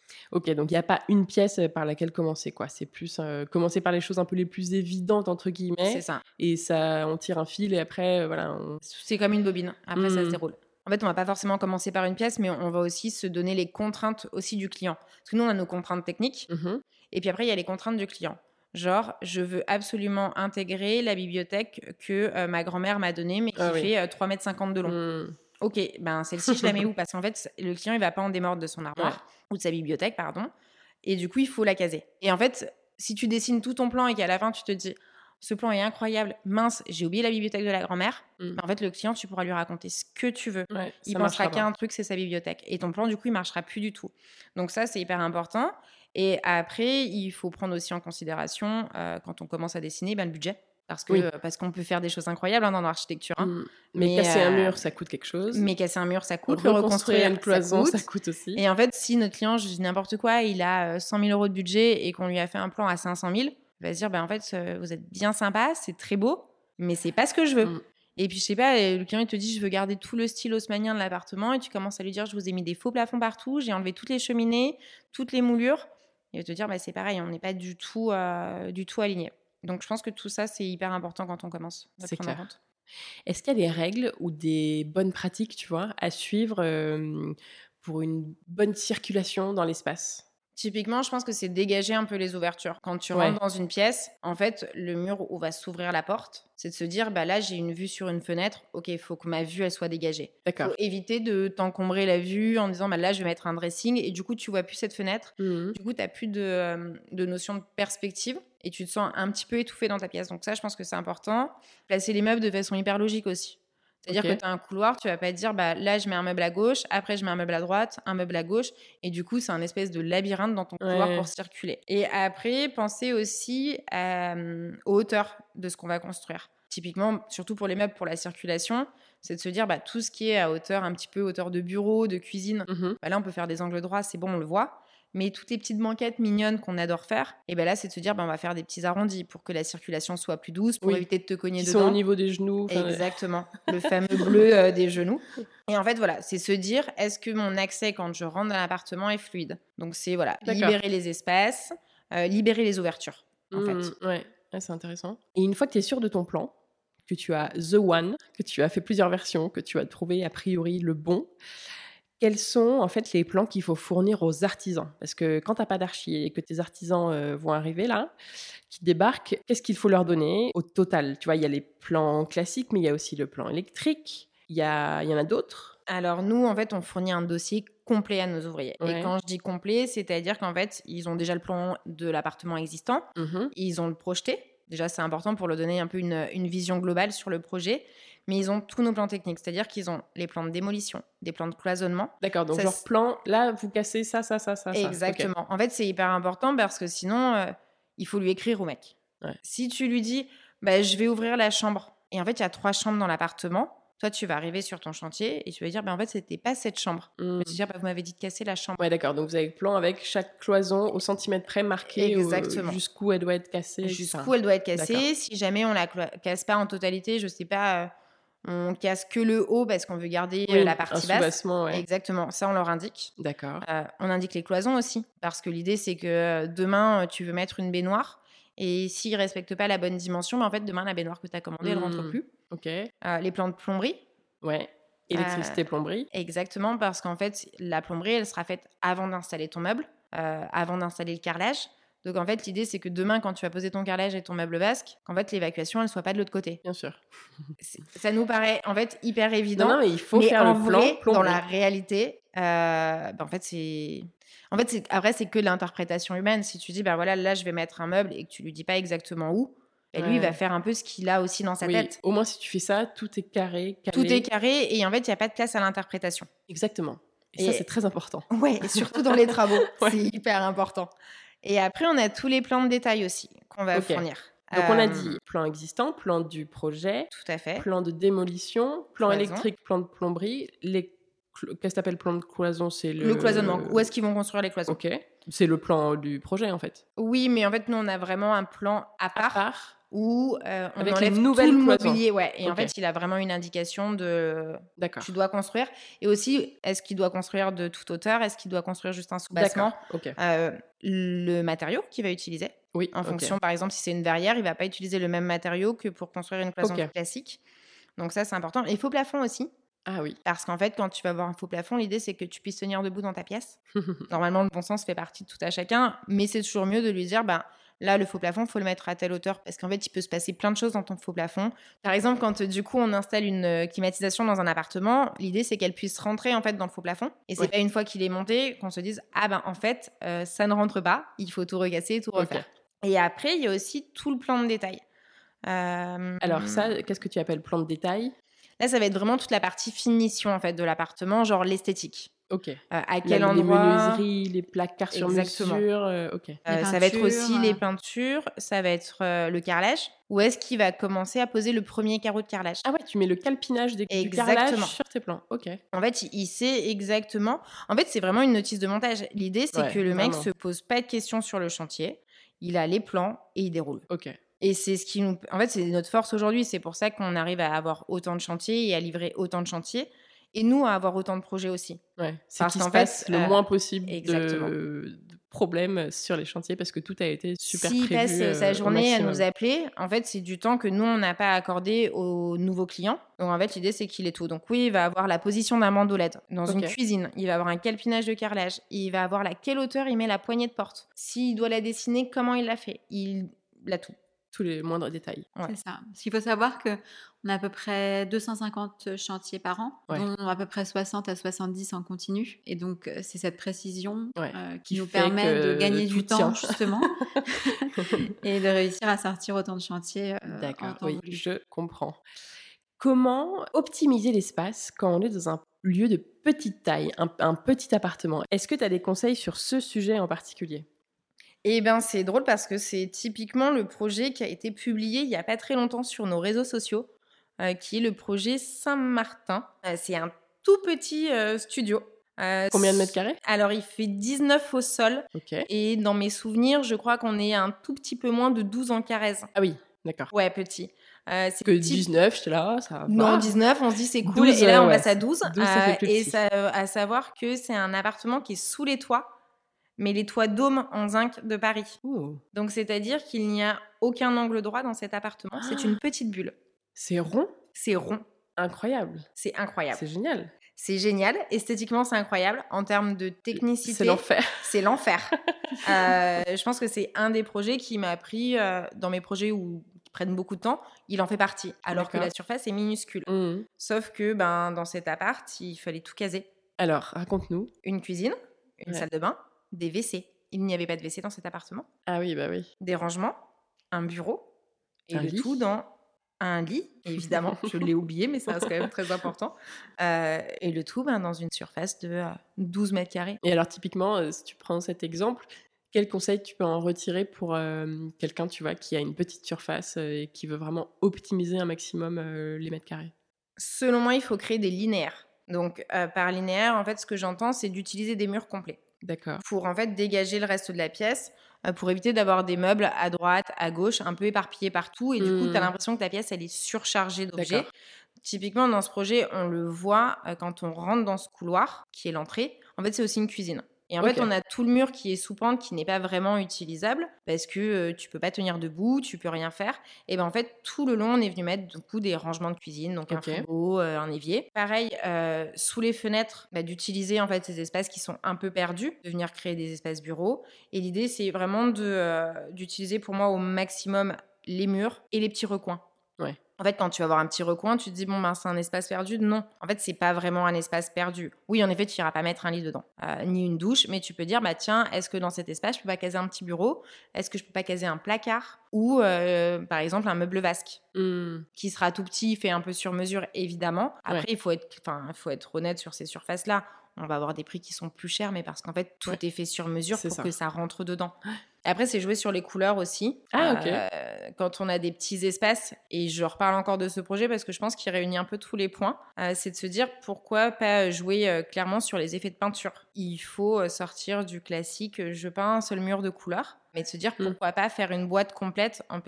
Ok, donc il n'y a pas une pièce par laquelle commencer, quoi. C'est plus euh, commencer par les choses un peu les plus évidentes, entre guillemets. C'est ça. Et ça, on tire un fil et après, euh, voilà. On... C'est comme une bobine. Après, ça se Mm. déroule. En fait, on va pas forcément commencer par une pièce, mais on va aussi se donner les contraintes aussi du client. Parce que nous, on a nos contraintes techniques. Mhm. Et puis après, il y a les contraintes du client. Genre, je veux absolument intégrer la bibliothèque que euh, ma grand-mère m'a donnée, mais qui Ah oui. fait euh, trois mètres cinquante de long. Mm. Ok, ben celle-ci, je la mets où? Parce qu'en fait, le client, il va pas en démordre de son armoire, Ouais. ou de sa bibliothèque, pardon. Et du coup, il faut la caser. Et en fait, si tu dessines tout ton plan et qu'à la fin, tu te dis, ce plan est incroyable, mince, j'ai oublié la bibliothèque de la grand-mère, Mm. ben, en fait, le client, tu pourras lui raconter ce que tu veux. Ouais, Il ça pensera marchera qu'à pas. un truc, c'est sa bibliothèque. Et ton plan, du coup, il marchera plus du tout. Donc ça, c'est hyper important. Et après, il faut prendre aussi en considération, euh, quand on commence à dessiner, ben, le budget. Parce que Oui. euh, parce qu'on peut faire des choses incroyables hein, dans l'architecture. Hein. Mm. Mais, Mais, casser un euh, mur, ça coûte quelque chose. Mais casser un mur, ça coûte. Le Reconstruire reconstruire, une cloison, ça coûte. ça coûte aussi. Et en fait, si notre client, je dis n'importe quoi, il a euh, cent mille euros de budget et qu'on lui a fait un plan à cinq cent mille, il va se dire, ben, en fait, euh, vous êtes bien sympa, c'est très beau, mais c'est pas ce que je veux. Mm. Et puis, je sais pas, le client, il te dit, je veux garder tout le style haussmannien de l'appartement. Et tu commences à lui dire, je vous ai mis des faux plafonds partout, j'ai enlevé toutes les cheminées, toutes les moulures. Il va te dire, bah, c'est pareil, on n'est pas du tout, euh, du tout aligné. Donc, je pense que tout ça, c'est hyper important quand on commence à C'est prendre en clair. compte. Est-ce qu'il y a des règles ou des bonnes pratiques, tu vois, à suivre euh, pour une bonne circulation dans l'espace? Typiquement, je pense que c'est dégager un peu les ouvertures. Quand tu Ouais. rentres dans une pièce, en fait, le mur où va s'ouvrir la porte, c'est de se dire, bah là, j'ai une vue sur une fenêtre. Ok, il faut que ma vue, elle soit dégagée. Il D'accord. faut éviter de t'encombrer la vue en disant, bah là, je vais mettre un dressing et du coup, tu vois plus cette fenêtre. Mhm. Du coup, tu n'as plus de, euh, de notion de perspective et tu te sens un petit peu étouffé dans ta pièce. Donc ça, je pense que c'est important. Placer les meubles de façon hyper logique aussi. C'est-à-dire Ok. que tu as un couloir, tu vas pas te dire, bah, là, je mets un meuble à gauche, après, je mets un meuble à droite, un meuble à gauche. Et du coup, c'est un espèce de labyrinthe dans ton couloir Ouais. pour circuler. Et après, penser aussi à, euh, aux hauteurs de ce qu'on va construire. Typiquement, surtout pour les meubles, pour la circulation, c'est de se dire, bah, tout ce qui est à hauteur, un petit peu hauteur de bureau, de cuisine, Mhm. bah, là, on peut faire des angles droits, c'est bon, on le voit. Mais toutes les petites banquettes mignonnes qu'on adore faire, et ben là, c'est de se dire, bah, on va faire des petits arrondis pour que la circulation soit plus douce, pour Oui. éviter de te cogner Qui dedans. sont au niveau des genoux. enfin, Exactement, le fameux bleu euh, des genoux. Et en fait, voilà, c'est se dire, est-ce que mon accès quand je rentre dans l'appartement est fluide? Donc, c'est voilà, D'accord. libérer les espaces, euh, libérer les ouvertures, en fait. Mhm. Ouais. Ouais, c'est intéressant. Et une fois que tu es sûr de ton plan, que tu as The One, que tu as fait plusieurs versions, que tu as trouvé a priori le bon, quels sont en fait les plans qu'il faut fournir aux artisans? Parce que quand tu n'as pas d'archi et que tes artisans euh, vont arriver là, qui débarquent, qu'est-ce qu'il faut leur donner au total? Tu vois, il y a les plans classiques, mais il y a aussi le plan électrique. Il y, a, il y en a d'autres. Alors, nous, en fait, on fournit un dossier complet à nos ouvriers. Ouais. Et quand je dis complet, c'est-à-dire qu'en fait, ils ont déjà le plan de l'appartement existant, Mhm. ils ont le projeté. Déjà, c'est important pour leur donner un peu une, une vision globale sur le projet. Mais ils ont tous nos plans techniques, c'est-à-dire qu'ils ont les plans de démolition, des plans de cloisonnement. D'accord, donc Ça, genre c'est- plan, là, vous cassez ça, ça, ça, ça, ça. Exactement. En fait, c'est hyper important parce que sinon, euh, il faut lui écrire au mec. Ouais. Si tu lui dis, bah, je vais ouvrir la chambre, et en fait, il y a trois chambres dans l'appartement, toi, tu vas arriver sur ton chantier et tu vas dire, bah, en fait, c'était pas cette chambre. Ok. Tu Mm. vas te dire, bah, vous m'avez dit de casser la chambre. Ouais, d'accord, donc vous avez le plan avec chaque cloison au centimètre près marqué euh, Exactement. jusqu'où elle doit être cassée. et Jusqu'où cetera. elle doit être cassée. D'accord. Si jamais on la cla- casse pas en totalité, je sais pas, euh, on casse que le haut parce qu'on veut garder euh, Oui, la un partie basse. soubassement, ouais. Exactement, ça on leur indique. D'accord. Euh, on indique les cloisons aussi, parce que l'idée c'est que euh, demain euh, tu veux mettre une baignoire et s'ils ne respectent pas la bonne dimension, bah, en fait demain la baignoire que tu as commandée elle rentre Mm. plus. Ok. Euh, les plans de plomberie, Ouais. Électricité, plomberie. exactement, parce qu'en fait la plomberie elle sera faite avant d'installer ton meuble, euh, avant d'installer le carrelage. Donc en fait l'idée c'est que demain quand tu vas poser ton carrelage et ton meuble basque, qu'en fait l'évacuation elle soit pas de l'autre côté. Bien sûr. C'est- Ça nous paraît en fait hyper évident. Non, non, mais il faut mais faire en le plan vrai, dans plomberie. la réalité, euh, bah, en fait, c'est. En fait, c'est... après, c'est que de l'interprétation humaine. Si tu dis, bah voilà, là, je vais mettre un meuble et que tu lui dis pas exactement où, bah, lui, il Ouais. va faire un peu ce qu'il a aussi dans sa Oui, tête. au moins si tu fais ça, tout est carré, calé. Tout est carré et en fait, il n'y a pas de place à l'interprétation. Exactement. Et, Et- ça, c'est très important. Ouais, et surtout dans les travaux. Ouais. C'est hyper important. Et après, on a tous les plans de détail aussi qu'on va Ok. fournir. Donc, on a Euh, dit plan existant, plan du projet, Tout à fait. plan de démolition, plan Cloison. électrique, plan de plomberie. Les... clo- Qu'est-ce que tu appelles plan de cloison? C'est le... Le cloisonnement. Où est-ce qu'ils vont construire les cloisons? Ok. C'est le plan du projet, en fait. Oui, mais en fait, nous, on a vraiment un plan à À part. part. où euh, on Avec enlève une nouvelle tout le cloison. mobilier. Ouais. Et en Ok. fait, il a vraiment une indication de D'accord. tu dois construire. Et aussi, est-ce qu'il doit construire de toute hauteur? Est-ce qu'il doit construire juste un sous-bassement? D'accord. Ok. Euh, le matériau qu'il va utiliser. Oui. En ok. fonction, par exemple, si c'est une verrière, il va pas utiliser le même matériau que pour construire une cloison Ok. classique. Donc ça, c'est important. Et faux plafond aussi. Ah oui. Parce qu'en fait, quand tu vas avoir un faux plafond, l'idée, c'est que tu puisses tenir debout dans ta pièce. Normalement, le bon sens fait partie de tout à chacun, mais c'est toujours mieux de lui dire, ben, là, le faux plafond, il faut le mettre à telle hauteur, parce qu'en fait, il peut se passer plein de choses dans ton faux plafond. Par exemple, quand du coup, on installe une euh, climatisation dans un appartement, l'idée, c'est qu'elle puisse rentrer en fait dans le faux plafond. Et c'est Ouais. pas une fois qu'il est monté qu'on se dise, ah ben, en fait, euh, ça ne rentre pas, il faut tout recasser, tout refaire. Ok. Et après, il y a aussi tout le plan de détail. Euh, Alors ça, qu'est-ce que tu appelles plan de détail? Là, ça va être vraiment toute la partie finition en fait de l'appartement, genre l'esthétique. Ok. Euh, à La- quel les endroit menuiseries, les placards sur Exactement. mesure. euh, ok. Euh, Les ça va être aussi peintures, les euh. peintures, ça va être euh, le carrelage. Où est-ce qu'il va commencer à poser le premier carreau de carrelage? Ah ouais, tu mets le calpinage des, du Exactement. carrelage sur tes plans. Ok. En fait, il- il sait exactement. En fait, c'est vraiment une notice de montage. L'idée, c'est Ouais, que le mec vraiment. se pose pas de questions sur le chantier. Il a les plans et il déroule. Ok. Et c'est ce qui nous. En fait, c'est notre force aujourd'hui. C'est pour ça qu'on arrive à avoir autant de chantiers et à livrer autant de chantiers. Et nous, à avoir autant de projets aussi. Ouais. C'est Parce qu'il se qu'en fait, passe le euh, moins possible exactement. de, de problèmes sur les chantiers parce que tout a été super S'il prévu. passe euh, sa au journée à maximum. nous appeler, en fait, c'est du temps que nous, on n'a pas accordé aux nouveaux clients. Donc, en fait, l'idée, c'est qu'il est tout. Donc, oui, il va avoir la position d'un bandeau L E D dans une Ok. cuisine. Il va avoir un calpinage de carrelage. Il va avoir la quelle hauteur il met la poignée de porte. S'il doit la dessiner, comment il l'a fait. Il a tout. Tous les moindres détails. Ouais. C'est ça. Parce qu'il faut savoir qu'on a à peu près deux cent cinquante chantiers par an, Ouais. dont à peu près soixante à soixante-dix en continu. Et donc, euh, c'est cette précision Ouais. euh, qui, Qui nous fait permet que de gagner tout du temps, tient. justement, et de réussir à sortir autant de chantiers euh, en D'accord, temps oui, voulu. je comprends. Comment optimiser l'espace quand on est dans un lieu de petite taille, un, un petit appartement? Est-ce que tu as des conseils sur ce sujet en particulier? Eh bien, c'est drôle parce que c'est typiquement le projet qui a été publié il n'y a pas très longtemps sur nos réseaux sociaux, euh, qui est le projet Saint-Martin. Euh, c'est un tout petit euh, studio. Euh, Combien de mètres carrés? Alors, il fait dix-neuf au sol. Ok. Et dans mes souvenirs, je crois qu'on est un tout petit peu moins de douze en carrez. Ah oui, d'accord. Ouais, petit. Euh, c'est Que petit. dix-neuf, j'étais là, ça va. Non, dix-neuf, on se dit c'est cool. douze, et là, on euh, ouais. passe à douze. douze, ça fait Euh, plus et petit. ça, euh, à savoir que c'est un appartement qui est sous les toits, mais les toits dômes en zinc de Paris. Ouh, Donc, c'est-à-dire qu'il n'y a aucun angle droit dans cet appartement. C'est une petite bulle. c'est rond, C'est rond. incroyable. C'est incroyable. C'est génial. C'est génial. Esthétiquement, c'est incroyable. En termes de technicité, C'est l'enfer. c'est l'enfer. Euh, je pense que c'est un des projets qui m'a pris, euh, dans mes projets où, qui prennent beaucoup de temps, il en fait partie. Alors que D'accord. la surface est minuscule. Mhm. Sauf que ben, dans cet appart, il fallait tout caser. Alors, raconte-nous. Une cuisine, une Ouais. salle de bain, des W C. Il n'y avait pas de W C dans cet appartement. Ah oui, bah oui. Des rangements, un bureau, et Un le lit. tout dans un lit, évidemment. Je l'ai oublié, mais ça reste quand même très important. Euh, et le tout ben, dans une surface de euh, douze mètres carrés. Et alors, typiquement, euh, si tu prends cet exemple, quel conseil tu peux en retirer pour euh, quelqu'un, tu vois, qui a une petite surface euh, et qui veut vraiment optimiser un maximum euh, les mètres carrés? Selon moi, il faut créer des linéaires. Donc, euh, par linéaire, en fait, ce que j'entends, c'est d'utiliser des murs complets D'accord. pour en fait dégager le reste de la pièce, euh, pour éviter d'avoir des meubles à droite, à gauche, un peu éparpillés partout. Et du coup, Hmm. tu as l'impression que ta pièce, elle est surchargée d'objets. D'accord. Typiquement, dans ce projet, on le voit euh, quand on rentre dans ce couloir, qui est l'entrée. En fait, c'est aussi une cuisine. Et en Ok. fait, on a tout le mur qui est sous pente, qui n'est pas vraiment utilisable, parce que euh, tu peux pas tenir debout, tu peux rien faire. Et ben en fait, tout le long, on est venu mettre du coup des rangements de cuisine, donc un Ok. frigo, euh, un évier. Pareil, euh, sous les fenêtres, bah, d'utiliser en fait ces espaces qui sont un peu perdus, de venir créer des espaces bureaux. Et l'idée, c'est vraiment de, euh, d'utiliser pour moi au maximum les murs et les petits recoins. Ouais. En fait, quand tu vas avoir un petit recoin, tu te dis, bon, ben, c'est un espace perdu. Non, en fait, c'est pas vraiment un espace perdu. Oui, en effet, tu n'iras pas mettre un lit dedans, euh, ni une douche, mais tu peux dire, bah tiens, est-ce que dans cet espace, je peux pas caser un petit bureau? Est-ce que je peux pas caser un placard? Ou, euh, par exemple, un meuble vasque, Hmm. qui sera tout petit, fait un peu sur mesure, évidemment. Après, Ouais. il faut être, enfin, il faut être honnête sur ces surfaces-là. On va avoir des prix qui sont plus chers, mais parce qu'en fait, tout Ouais. est fait sur mesure C'est pour ça. que ça rentre dedans. Après, c'est jouer sur les couleurs aussi. Ah, ok. Euh, quand on a des petits espaces, et je reparle encore de ce projet parce que je pense qu'il réunit un peu tous les points, euh, c'est de se dire pourquoi pas jouer euh, clairement sur les effets de peinture. Il faut euh, sortir du classique, euh, je peins un seul mur de couleur, mais de se dire Mm. pourquoi pas faire une boîte complète en peignant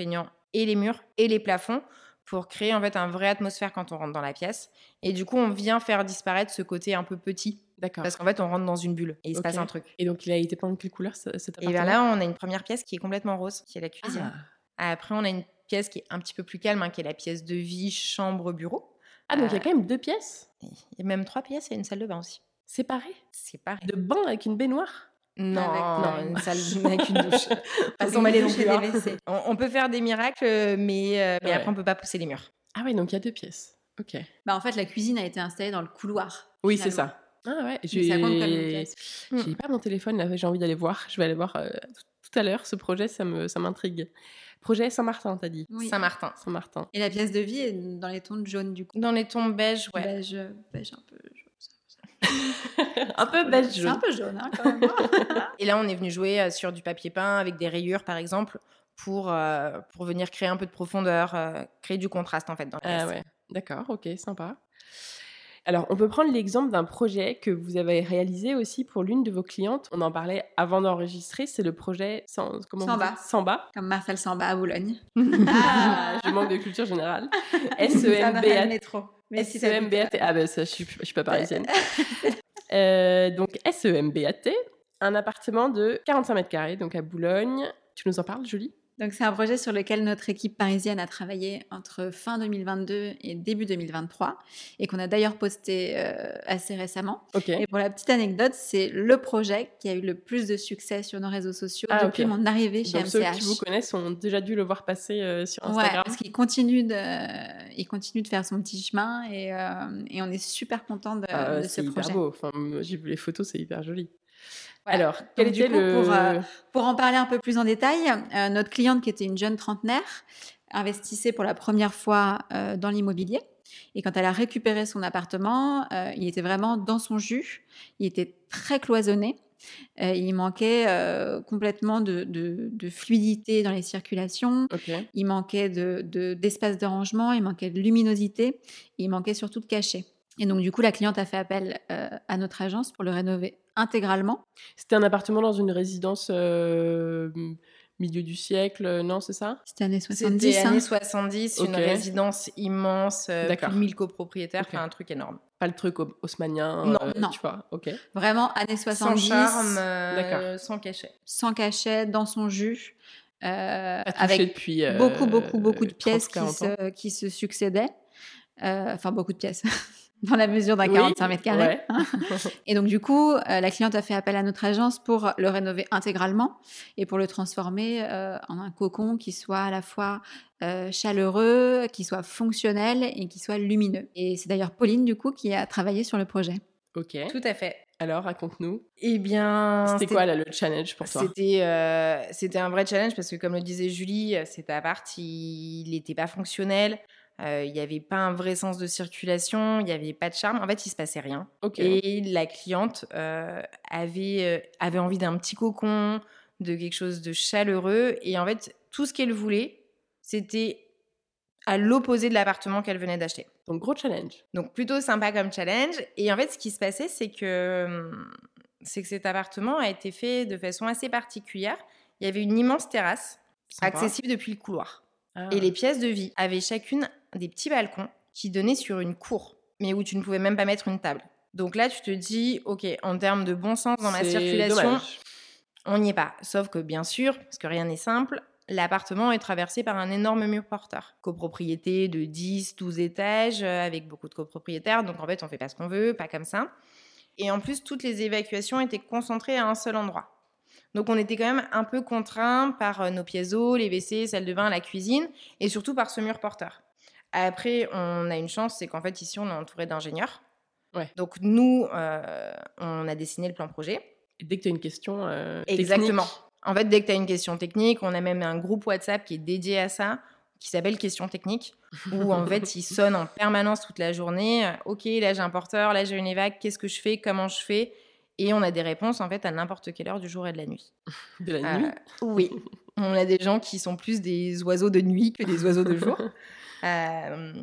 et les murs et les plafonds pour créer en fait une vraie atmosphère quand on rentre dans la pièce. Et du coup, on vient faire disparaître ce côté un peu petit. D'accord. Parce qu'en fait, on rentre dans une bulle et il se Ok. passe un truc. Et donc, il a été peint de quelle couleur, ce- cet Et appartement? bien là, on a une première pièce qui est complètement rose, qui est la cuisine. Ah. Après, on a une pièce qui est un petit peu plus calme, hein, qui est la pièce de vie, chambre, bureau. Ah, donc il y a Euh, quand même deux pièces Il y a même trois pièces et une salle de bain aussi. séparées? C'est pareil. De bain avec une baignoire? Non, Avec, euh, une salle avec une douche. Pas Avec s'en mêler une non douche et plus, des hein. W C. On, on peut faire des miracles, euh, mais, euh, mais Ouais. après, on peut pas pousser les murs. Ah ouais, donc il y a deux pièces. Ok. Bah, en fait, la cuisine a été installée dans le couloir. Oui, c'est finalement. ça. Ah ouais, Mais ça compte comme une j'ai pièce. j'ai pas mon téléphone là, j'ai envie d'aller voir. Je vais aller voir euh, tout tout à l'heure. Ce projet, ça me ça m'intrigue. Projet Saint-Martin, t'as dit? Oui. Saint-Martin. Saint-Martin. Et la pièce de vie est dans les tons de jaune, du coup. Dans les tons beige, ouais. Beige, beige un peu jaune. Un peu beige C'est jaune. un peu jaune, hein, quand même. Et là, on est venu jouer euh, sur du papier peint avec des rayures, par exemple, pour, euh, pour venir créer un peu de profondeur, euh, créer du contraste, en fait, dans la Ah pièce. ouais, d'accord, ok, sympa. Alors, on peut prendre l'exemple d'un projet que vous avez réalisé aussi pour l'une de vos clientes. On en parlait avant d'enregistrer, c'est le projet San- comment vous Samba. dites Samba. Comme Marcel Samba à Boulogne. Ah, je manque de culture générale. S E Ça M n'a B pas le A T. métro. Mais si S E M B A T. Ah ben ça, je suis, je suis pas parisienne. Euh, donc S E M B A T, un appartement de quarante-cinq mètres carrés, donc à Boulogne. Tu nous en parles, Julie? Donc, c'est un projet sur lequel notre équipe parisienne a travaillé entre fin deux mille vingt-deux et début deux mille vingt-trois et qu'on a d'ailleurs posté euh, assez récemment. Ok. Et pour la petite anecdote, c'est le projet qui a eu le plus de succès sur nos réseaux sociaux Ah, depuis ok. mon arrivée chez Donc M ceux C H. qui vous connaissent ont déjà dû le voir passer euh, sur Ouais, Instagram. parce qu'il continue de, il continue de faire son petit chemin et, euh, et on est super content de, Ah, de ce c'est hyper projet. beau. Enfin, moi, j'ai vu les photos, c'est hyper joli. Voilà. Alors, quel Donc, du était coup, le... pour, euh, Pour en parler un peu plus en détail, euh, notre cliente qui était une jeune trentenaire investissait pour la première fois euh, dans l'immobilier. Et quand elle a récupéré son appartement, euh, il était vraiment dans son jus. Il était très cloisonné. Euh, il manquait euh, complètement de, de- de fluidité dans les circulations. Ok. Il manquait de, de- d'espace de rangement. Il manquait de luminosité. Et il manquait surtout de cachet. Et donc, du coup, la cliente a fait appel euh, à notre agence pour le rénover intégralement. C'était un appartement dans une résidence euh, milieu du siècle, euh, non, c'est ça? C'était années soixante-dix. C'était hein. années soixante-dix, une Ok. résidence immense, euh, plus D'accord. de mille copropriétaires, Ok. enfin un truc énorme. Pas le truc hau- haussmannien, Non, euh, non. tu vois, ok. Vraiment années Sans soixante-dix, charme, euh, D'accord. sans cachet. sans cachet, dans son jus, euh, Pas touché avec depuis euh, beaucoup, beaucoup, beaucoup de pièces trente, qui quarante ans. se, qui se succédaient. Euh, Enfin, beaucoup de pièces, dans la mesure d'un Oui, quarante-cinq mètres carrés. ouais. hein. Et donc, du coup, euh, la cliente a fait appel à notre agence pour le rénover intégralement et pour le transformer euh, en un cocon qui soit à la fois euh, chaleureux, qui soit fonctionnel et qui soit lumineux. Et c'est d'ailleurs Pauline, du coup, qui a travaillé sur le projet. Ok. Tout à fait. Alors, raconte-nous. Eh bien, C'était quoi là, le challenge pour toi? C'était euh, c'était un vrai challenge parce que, comme le disait Julie, cet appart, il n'était pas fonctionnel. Euh, Il n'y avait pas un vrai sens de circulation. Il n'y avait pas de charme. En fait, il se passait rien. Ok. Et la cliente euh, avait, euh, avait envie d'un petit cocon, de quelque chose de chaleureux. Et en fait, tout ce qu'elle voulait, c'était à l'opposé de l'appartement qu'elle venait d'acheter. Donc, gros challenge. Donc plutôt sympa comme challenge. Et en fait, ce qui se passait, c'est que, hum, c'est que cet appartement a été fait de façon assez particulière. Il y avait une immense terrasse, Sympa. accessible depuis le couloir. Ah. Et les pièces de vie avaient chacune des petits balcons qui donnaient sur une cour, mais où tu ne pouvais même pas mettre une table. Donc là, tu te dis, OK, en termes de bon sens dans ma C'est circulation, dommage. on n'y est pas. Sauf que, bien sûr, parce que rien n'est simple, l'appartement est traversé par un énorme mur porteur. Copropriété de dix, douze étages, euh, avec beaucoup de copropriétaires. Donc, en fait, on fait pas ce qu'on veut, pas comme ça. Et en plus, toutes les évacuations étaient concentrées à un seul endroit. Donc, on était quand même un peu contraints par euh, nos pièces d'eau, les W C, salle de bain, la cuisine, et surtout par ce mur porteur. Après, on a une chance, c'est qu'en fait, ici, on est entouré d'ingénieurs. Ouais. Donc, nous, euh, on a dessiné le plan projet. Et dès que tu as une question euh, Exactement. technique, En fait, dès que tu as une question technique, on a même un groupe WhatsApp qui est dédié à ça, qui s'appelle Questions techniques, où en fait, il sonne en permanence toute la journée. Euh, Ok, là j'ai un porteur, là j'ai une évac, qu'est-ce que je fais, comment je fais? Et on a des réponses en fait à n'importe quelle heure du jour et de la nuit. de la Euh, nuit. Oui. On a des gens qui sont plus des oiseaux de nuit que des oiseaux de jour. Euh,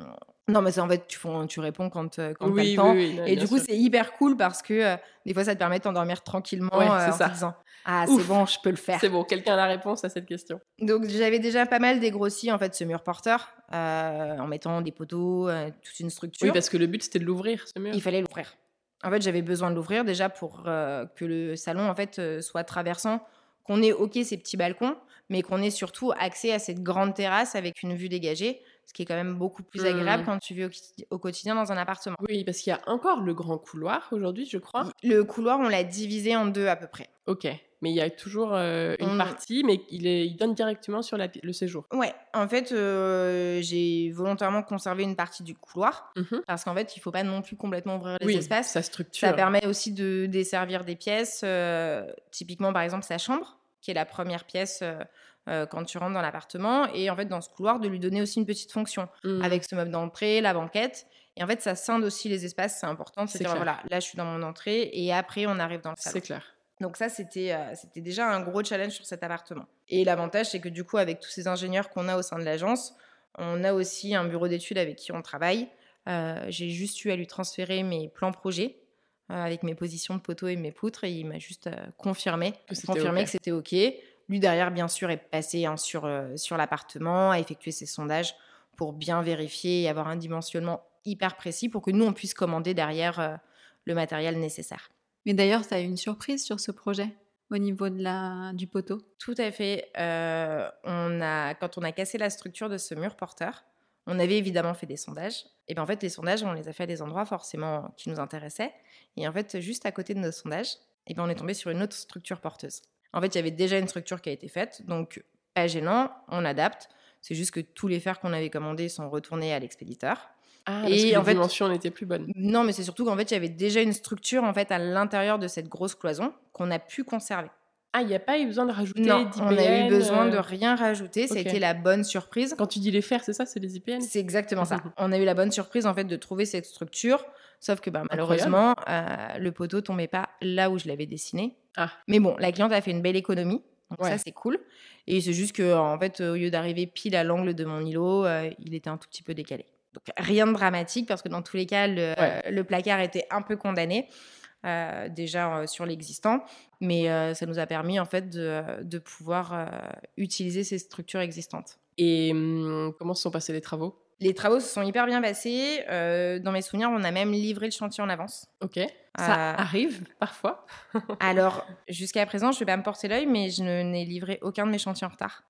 Non, mais c'est en fait, tu, font, tu réponds quand, euh, quand Oui, tu as le oui, temps. oui, non, Et bien du coup, sûr. c'est hyper cool parce que euh, des fois, ça te permet de t'endormir tranquillement Ouais, euh, c'est en ça. te disant « Ah, c'est Ouf, bon, je peux le faire c'est ». bon, quelqu'un a la réponse à cette question. Donc, j'avais déjà pas mal dégrossi en fait ce mur porteur euh, en mettant des poteaux, euh, toute une Oui, structure. parce que le but, c'était de l'ouvrir, ce mur. Il fallait l'ouvrir. En fait, j'avais besoin de l'ouvrir déjà pour euh, que le salon en fait euh, soit traversant, qu'on ait ok ces petits balcons, mais qu'on ait surtout accès à cette grande terrasse avec une vue dégagée, ce qui est quand même beaucoup plus agréable Mmh. quand tu vis au, quoti- au quotidien dans un appartement. Oui, parce qu'il y a encore le grand couloir aujourd'hui, je crois. Il- Le couloir, on l'a divisé en deux à peu près. Ok, mais il y a toujours euh, une On- partie, mais il, est, il donne directement sur la pi- le séjour. Ouais, en fait, euh, j'ai volontairement conservé une partie du couloir Mhm. parce qu'en fait, il faut pas non plus complètement ouvrir les Oui, espaces. ça structure. Ça permet aussi de desservir des pièces, euh, typiquement par exemple sa chambre, qui est la première pièce euh, euh, quand tu rentres dans l'appartement, et en fait dans ce couloir de lui donner aussi une petite fonction Mhm. avec ce meuble d'entrée, la banquette, et en fait ça scinde aussi les espaces, c'est important de se C'est dire clair. voilà, là je suis dans mon entrée et après on arrive dans le salon. C'est clair. Donc ça, c'était euh, c'était déjà un gros challenge sur cet appartement. Et l'avantage, c'est que du coup, avec tous ces ingénieurs qu'on a au sein de l'agence, on a aussi un bureau d'études avec qui on travaille. Euh, j'ai juste eu à lui transférer mes plans projets euh, avec mes positions de poteaux et mes poutres, et il m'a juste euh, confirmé, Que c'était confirmé OK. que c'était OK. Lui, derrière, bien sûr, est passé hein, sur, euh, sur l'appartement, a effectué ses sondages pour bien vérifier et avoir un dimensionnement hyper précis pour que nous, on puisse commander derrière euh, le matériel nécessaire. Mais d'ailleurs, tu as eu une surprise sur ce projet au niveau de la, du poteau. Tout à fait. Euh, on a, quand on a cassé la structure de ce mur porteur, on avait évidemment fait des sondages. Et bien en fait, les sondages, on les a fait à des endroits forcément qui nous intéressaient. Et en fait, juste à côté de nos sondages, et ben on est tombé sur une autre structure porteuse. En fait, il y avait déjà une structure qui a été faite, donc pas gênant, on adapte. C'est juste que tous les fers qu'on avait commandés sont retournés à l'expéditeur. Ah, Et parce que en les fait- dimensions n'étaient plus bonnes. Non, mais c'est surtout qu'en fait, il y avait déjà une structure en fait à l'intérieur de cette grosse cloison qu'on a pu conserver. Ah, il n'y a pas eu besoin de rajouter Non, d'I P N on a eu besoin euh, de rien rajouter. Ça a ok. été la bonne surprise. Quand tu dis les fers, c'est ça, c'est les I P N. C'est exactement ça. On a eu la bonne surprise en fait de trouver cette structure, sauf que bah, Incroyable. malheureusement euh, le poteau tombait pas là où je l'avais dessiné. Ah. Mais bon, la cliente a fait une belle économie, donc Ouais. ça c'est cool. Et c'est juste que en fait au lieu d'arriver pile à l'angle de mon îlot, euh, il était un tout petit peu décalé. Donc rien de dramatique parce que dans tous les cas le, Ouais. euh, le placard était un peu condamné. Euh, déjà euh, sur l'existant, mais euh, ça nous a permis en fait de, de pouvoir euh, utiliser ces structures existantes. Et hum, comment se sont passés les travaux? Les travaux se sont hyper bien passés. Euh, dans mes souvenirs, on a même livré le chantier en avance. Ok. Ça Euh, arrive parfois. Alors, jusqu'à présent, je ne vais pas me porter l'œil, mais je ne- n'ai livré aucun de mes chantiers en retard.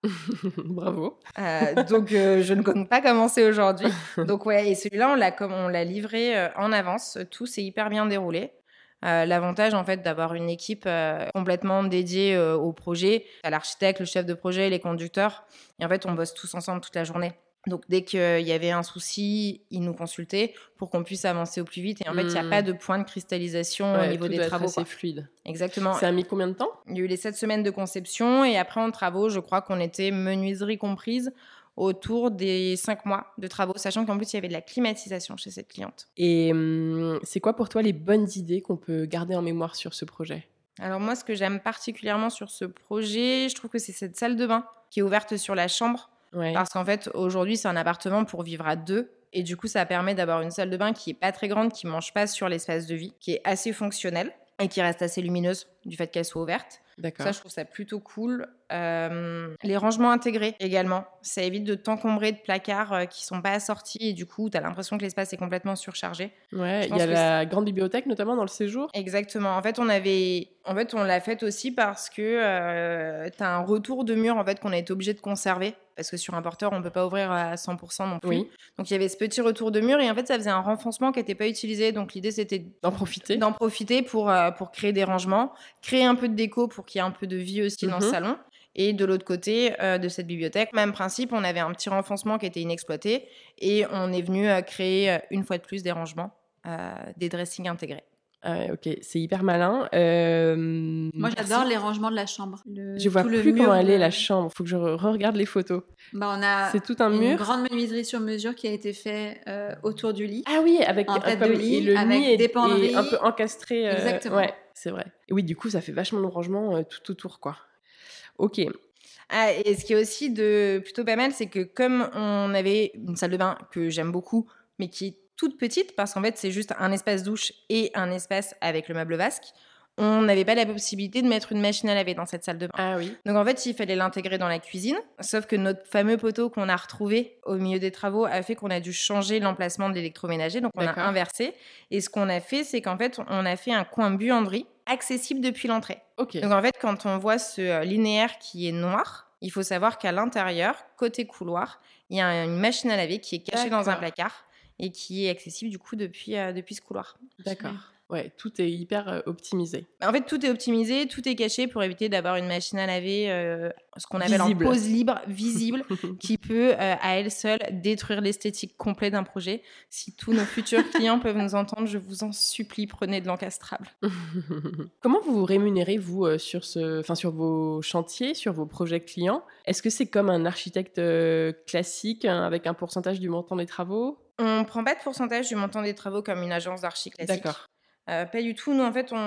Bravo. Euh, donc, euh, je ne compte pas commencer aujourd'hui. Donc, ouais, et celui-là, on l'a, comme on l'a livré euh, en avance. Tout s'est hyper bien déroulé. Euh, l'avantage, en fait, d'avoir une équipe euh, complètement dédiée euh, au projet, à l'architecte, le chef de projet, les conducteurs. Et en fait, on bosse tous ensemble toute la journée. Donc, dès qu'il y avait un souci, ils nous consultaient pour qu'on puisse avancer au plus vite. Et en fait, il n'y a Mm. pas de point de cristallisation au Ouais, niveau tout des doit être travaux. assez quoi. fluide. Exactement. Ça a mis combien de temps? Il y a eu les sept semaines de conception et après en travaux, je crois qu'on était menuiserie comprise autour des cinq mois de travaux, sachant qu'en plus il y avait de la climatisation chez cette cliente. Et hum, c'est quoi pour toi les bonnes idées qu'on peut garder en mémoire sur ce projet? Alors moi, ce que j'aime particulièrement sur ce projet, je trouve que c'est cette salle de bain qui est ouverte sur la chambre. Ouais. Parce qu'en fait, aujourd'hui, c'est un appartement pour vivre à deux. Et du coup, ça permet d'avoir une salle de bain qui est pas très grande, qui mange pas sur l'espace de vie, qui est assez fonctionnelle et qui reste assez lumineuse du fait qu'elle soit ouverte. D'accord. Ça, je trouve ça plutôt cool. Euh, les rangements intégrés également. Ça évite de t'encombrer de placards euh, qui sont pas assortis et du coup, tu as l'impression que l'espace est complètement surchargé. Ouais, je il pense y a que la grande bibliothèque notamment dans le séjour. Exactement. En fait, on avait, en fait, on l'a faite aussi parce que euh, tu as un retour de mur en fait qu'on a été obligé de conserver parce que sur un porteur, on peut pas ouvrir à cent pour cent non plus. Oui. Donc il y avait ce petit retour de mur et en fait, ça faisait un renfoncement qui n'était pas utilisé. Donc l'idée, c'était D'en profiter. d'en profiter pour, euh, pour créer des rangements, créer un peu de déco pour qu'il y ait un peu de vie aussi dans Mhm. le salon. Et de l'autre côté euh, de cette bibliothèque, même principe, on avait un petit renfoncement qui était inexploité et on est venu euh, créer euh, une fois de plus des rangements, euh, des dressings intégrés. Ah ouais, ok, c'est hyper malin. Euh, Moi, j'adore les rangements de la chambre. Le- Je vois tout le plus mur comment elle de- est la chambre. Faut que je re- re-regarde les photos. Bah, on a C'est tout un une mur. grande menuiserie sur mesure qui a été fait euh, autour du lit. Ah oui, avec En euh, tête comme- de lit, et le avec nid est, des est penderies. un peu encastré. euh, Exactement. Ouais, c'est vrai. Et oui, du coup, ça fait vachement de rangement euh, tout autour, quoi. Ok. Ah, et ce qui est aussi de plutôt pas mal, c'est que comme on avait une salle de bain que j'aime beaucoup, mais qui est toute petite, parce qu'en fait, c'est juste un espace douche et un espace avec le meuble vasque. On n'avait pas la possibilité de mettre une machine à laver dans cette salle de bain. Ah oui. Donc en fait, il fallait l'intégrer dans la cuisine. Sauf que notre fameux poteau qu'on a retrouvé au milieu des travaux a fait qu'on a dû changer l'emplacement de l'électroménager. Donc on D'accord. a inversé. Et ce qu'on a fait, c'est qu'en fait, on a fait un coin buanderie accessible depuis l'entrée. Ok. Donc en fait, quand on voit ce linéaire qui est noir, il faut savoir qu'à l'intérieur, côté couloir, il y a une machine à laver qui est cachée D'accord. dans un placard et qui est accessible du coup depuis, euh, depuis ce couloir. D'accord. Ouais, tout est hyper euh, optimisé. En fait, tout est optimisé, tout est caché pour éviter d'avoir une machine à laver, euh, ce qu'on appelle Visible. en pause libre, visible, qui peut, euh, à elle seule, détruire l'esthétique complète d'un projet. Si tous nos futurs clients peuvent nous entendre, je vous en supplie, prenez de l'encastrable. Comment vous vous rémunérez, vous, euh, sur, ce... enfin, sur vos chantiers, sur vos projets clients? Est-ce que c'est comme un architecte euh, classique, hein, avec un pourcentage du montant des travaux? On ne prend pas de pourcentage du montant des travaux comme une agence d'archi classique. D'accord. Euh, pas du tout. Nous, en fait, on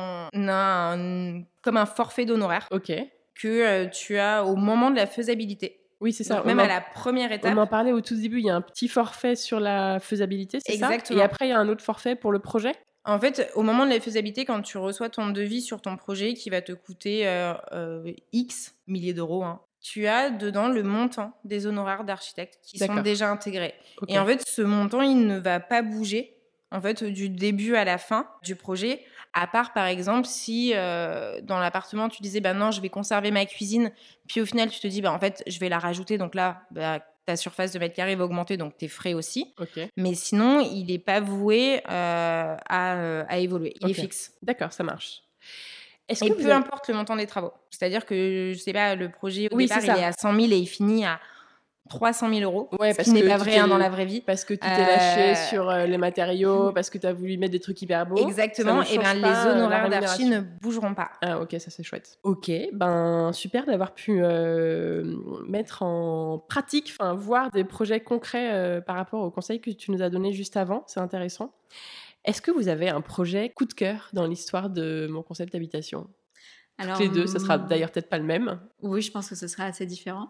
a un- comme un forfait d'honoraires Ok. que euh, tu as au moment de la faisabilité. Oui, c'est ça. Donc, On même en- à la première On étape. m'en parlait au tout début, il y a un petit forfait sur la faisabilité, c'est ça? Exactement. Et après, il y a un autre forfait pour le projet? En fait, au moment de la faisabilité, quand tu reçois ton devis sur ton projet qui va te coûter euh, euh, X milliers d'euros, hein, tu as dedans le montant des honoraires d'architecte qui sont D'accord. déjà intégrés. Ok. Et en fait, ce montant, il ne va pas bouger en fait, du début à la fin du projet, à part, par exemple, si euh, dans l'appartement, tu disais, bah non, je vais conserver ma cuisine, puis au final, tu te dis, bah en fait, je vais la rajouter, donc là, bah, ta surface de mètre carré va augmenter, donc tes frais aussi. Ok. Mais sinon, il n'est pas voué euh, à, euh, à évoluer. Il Ok. est fixe. D'accord, ça marche. Est-ce Et que peu vous avez- importe le montant des travaux. C'est-à-dire que, je sais pas, le projet, au Oui, départ, c'est il ça. est à cent mille et il finit à trois cent mille euros. Ouais, ce parce qui n'est que pas tu vrai t'es- hein, dans la vraie vie. Parce que tu t'es Euh, lâché sur euh, les matériaux, parce que tu as voulu mettre des trucs hyper beaux. Exactement. Ça ne Et ben, change les pas, euh, la honoraires d'archi rémunération. ne bougeront pas. Ah ok, ça c'est chouette. Ok, ben super d'avoir pu euh, mettre en pratique, enfin voir des projets concrets euh, par rapport aux conseils que tu nous as donnés juste avant, c'est intéressant. Est-ce que vous avez un projet coup de cœur dans l'histoire de mon concept habitation? Alors, Toutes les deux, ça sera hum, d'ailleurs peut-être pas le même. Oui, je pense que ce sera assez différent.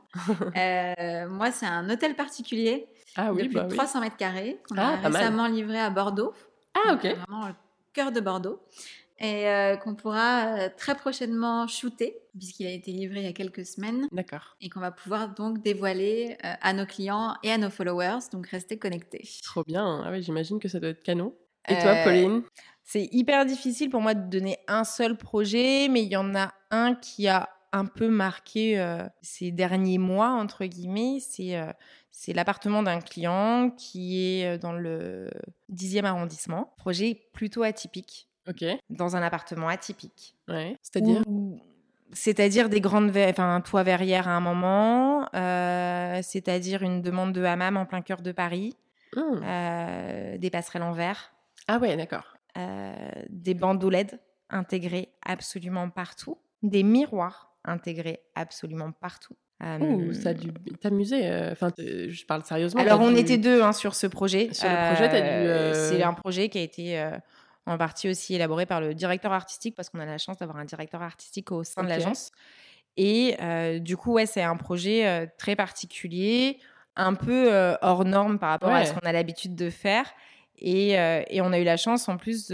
Euh, moi, c'est un hôtel particulier Ah de oui, plus bah de oui. trois cents mètres carrés qu'on Ah, a pas mal. récemment livré à Bordeaux. Ah Donc, ok. Vraiment le cœur de Bordeaux. Et euh, qu'on pourra euh, très prochainement shooter, puisqu'il a été livré il y a quelques semaines. D'accord. Et qu'on va pouvoir donc dévoiler euh, à nos clients et à nos followers. Donc, restez connectés. Trop bien. Ah oui, j'imagine que ça doit être canon. Et toi, Euh, Pauline? C'est hyper difficile pour moi de donner un seul projet, mais il y en a un qui a un peu marqué euh, ces derniers mois, entre guillemets. C'est euh, c'est l'appartement d'un client qui est euh, dans le dixième arrondissement. Projet plutôt atypique, Ok. dans un appartement atypique. Ouais. C'est-à-dire? Où- C'est-à-dire des grandes, ver- enfin un toit verrière à un moment, euh, c'est-à-dire une demande de hammam en plein cœur de Paris, Hmm. euh, des passerelles en verre, Ah ouais, d'accord. euh, des bandeaux L E D intégrés absolument partout, des miroirs intégrés absolument partout. Euh, Ouh, ça a dû t'amuser. euh, Enfin, t- je parle sérieusement. Alors t'as on dû- était deux hein, sur ce projet. Sur le projet, t'as dû, euh, C'est un projet qui a été euh, en partie aussi élaboré par le directeur artistique parce qu'on a la chance d'avoir un directeur artistique au sein de Ok. l'agence. Et euh, du coup, ouais, c'est un projet euh, très particulier, un peu euh, hors norme par rapport à Ouais. ce qu'on a l'habitude de faire. Et, euh, et on a eu la chance, en plus,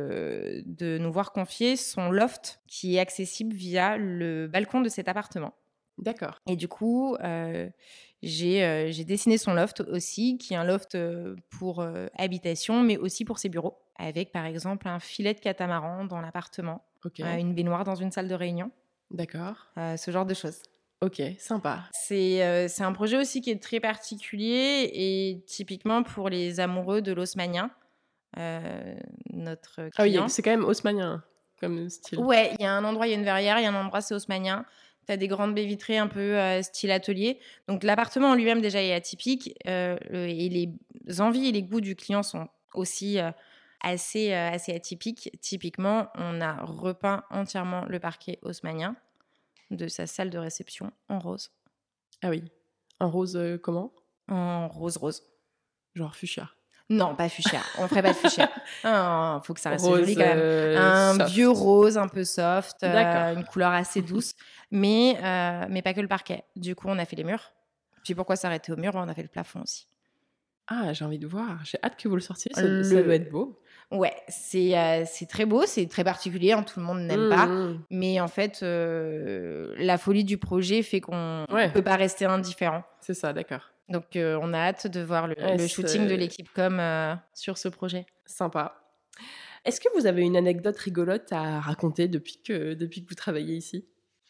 de, de nous voir confier son loft qui est accessible via le balcon de cet appartement. D'accord. Et du coup, euh, j'ai euh, j'ai dessiné son loft aussi, qui est un loft euh, pour euh, habitation, mais aussi pour ses bureaux, avec par exemple un filet de catamaran dans l'appartement, Ok. euh, une baignoire dans une salle de réunion, D'accord. euh, ce genre de choses. Ok, sympa. C'est euh, c'est un projet aussi qui est très particulier et typiquement pour les amoureux de l'haussmannien, euh, notre Ah oui, client. c'est quand même haussmannien comme style. Ouais, il y a un endroit, il y a une verrière, il y a un endroit, c'est haussmannien. Tu as des grandes baies vitrées un peu euh, style atelier. Donc l'appartement en lui-même déjà est atypique euh, le- et les envies et les goûts du client sont aussi euh, assez, euh, assez atypiques. Typiquement, on a repeint entièrement le parquet haussmannien de sa salle de réception en rose. Ah oui. En rose, euh, comment? En rose-rose. Genre fuchsia. Non, pas fuchsia. On ferait pas de fuchsia. Il faut que ça reste Rose, joli quand même. euh, Un soft. vieux rose un peu soft, euh, D'accord. une couleur assez douce, mais, euh, mais pas que le parquet. Du coup, on a fait les murs. Puis pourquoi s'arrêter au mur? On a fait le plafond aussi. Ah, j'ai envie de voir. J'ai hâte que vous le sortiez. Ça, Le- ça doit être beau. Ouais, c'est euh, c'est très beau, c'est très particulier, hein, tout le monde n'aime Mmh, pas. mmh. Mais en fait, euh, la folie du projet fait qu'on ne Ouais. peut pas rester indifférent. C'est ça, d'accord. Donc, euh, on a hâte de voir le, Ouais, le shooting de c'est- l'équipe com euh, sur ce projet. Sympa. Est-ce que vous avez une anecdote rigolote à raconter depuis que, depuis que vous travaillez ici?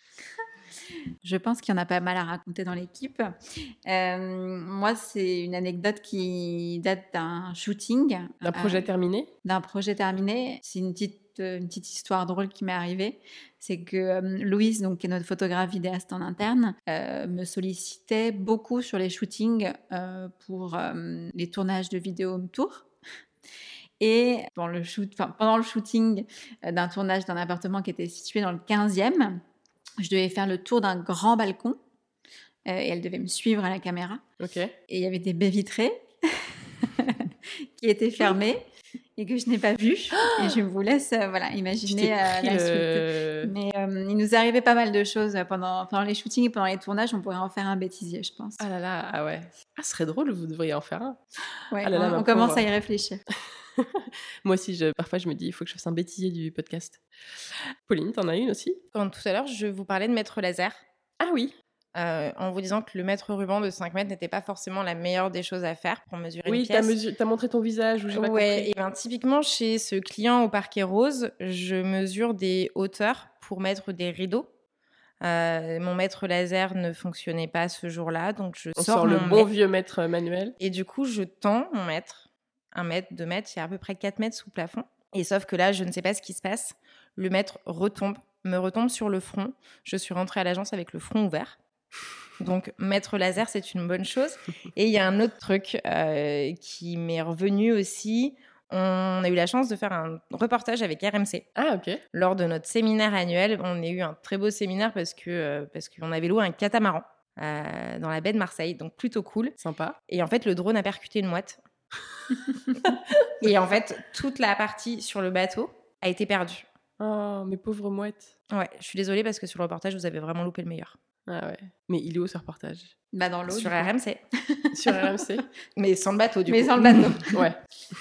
Je pense qu'il y en a pas mal à raconter dans l'équipe. Euh, moi, c'est une anecdote qui date d'un shooting, Un projet euh, terminé? d'un projet terminé. C'est une petite, euh, une petite histoire drôle qui m'est arrivée. C'est que euh, Louise, donc, qui est notre photographe vidéaste en interne, euh, me sollicitait beaucoup sur les shootings euh, pour euh, les tournages de vidéos home tour. Et pendant le, shoot, enfin, pendant le shooting euh, d'un tournage d'un appartement qui était situé dans le quinzième, je devais faire le tour d'un grand balcon euh, et elle devait me suivre à la caméra. Ok. Et il y avait des baies vitrées qui étaient fermées et que je n'ai pas vues. Et je vous laisse euh, voilà, Tu imaginer t'es euh, pris la suite. le... Mais euh, il nous arrivait pas mal de choses pendant, pendant les shootings et pendant les tournages. On pourrait en faire un bêtisier, je pense. Ah là là, ah ouais. Ah, ce serait drôle, vous devriez en faire un. Ouais, ah là là, on, ma on commence pauvre. à y réfléchir. Moi aussi, je, parfois, je me dis, il faut que je fasse un bêtisier du podcast. Pauline, t'en as une aussi? Quand tout à l'heure, je vous parlais de mètre laser, Ah oui. euh, en vous disant que le mètre ruban de cinq mètres n'était pas forcément la meilleure des choses à faire pour mesurer une Oui, t'as, pièce. mesu- t'as montré ton visage ou j'ai pas Ouais, compris. et ben typiquement chez ce client au Parquet Rose, je mesure des hauteurs pour mettre des rideaux. Euh, mon mètre laser ne fonctionnait pas ce jour-là, donc je On sors, sort le mon bon mètre vieux maître manuel. et du coup je tends mon mètre, un mètre, deux mètres, il y a à peu près quatre mètres sous plafond. Et sauf que là, je ne sais pas ce qui se passe. Le mètre retombe, me retombe sur le front. Je suis rentrée à l'agence avec le front ouvert. Donc, mètre laser, c'est une bonne chose. Et il y a un autre truc euh, qui m'est revenu aussi. On a eu la chance de faire un reportage avec R M C. Ah ok. Lors de notre séminaire annuel, on a eu un très beau séminaire parce que euh, parce qu'on avait loué un catamaran euh, dans la baie de Marseille, donc plutôt cool. Sympa. Et en fait, le drone a percuté une mouette. Et en fait, toute la partie sur le bateau a été perdue. Oh, mes pauvres mouettes. Ouais, je suis désolée parce que sur le reportage, vous avez vraiment loupé le meilleur. Ah ouais. Mais il est où ce reportage? Bah, dans l'eau. Sur du coup. R M C. Sur R M C? Mais sans le bateau, du Mais coup. sans le bateau. Ouais.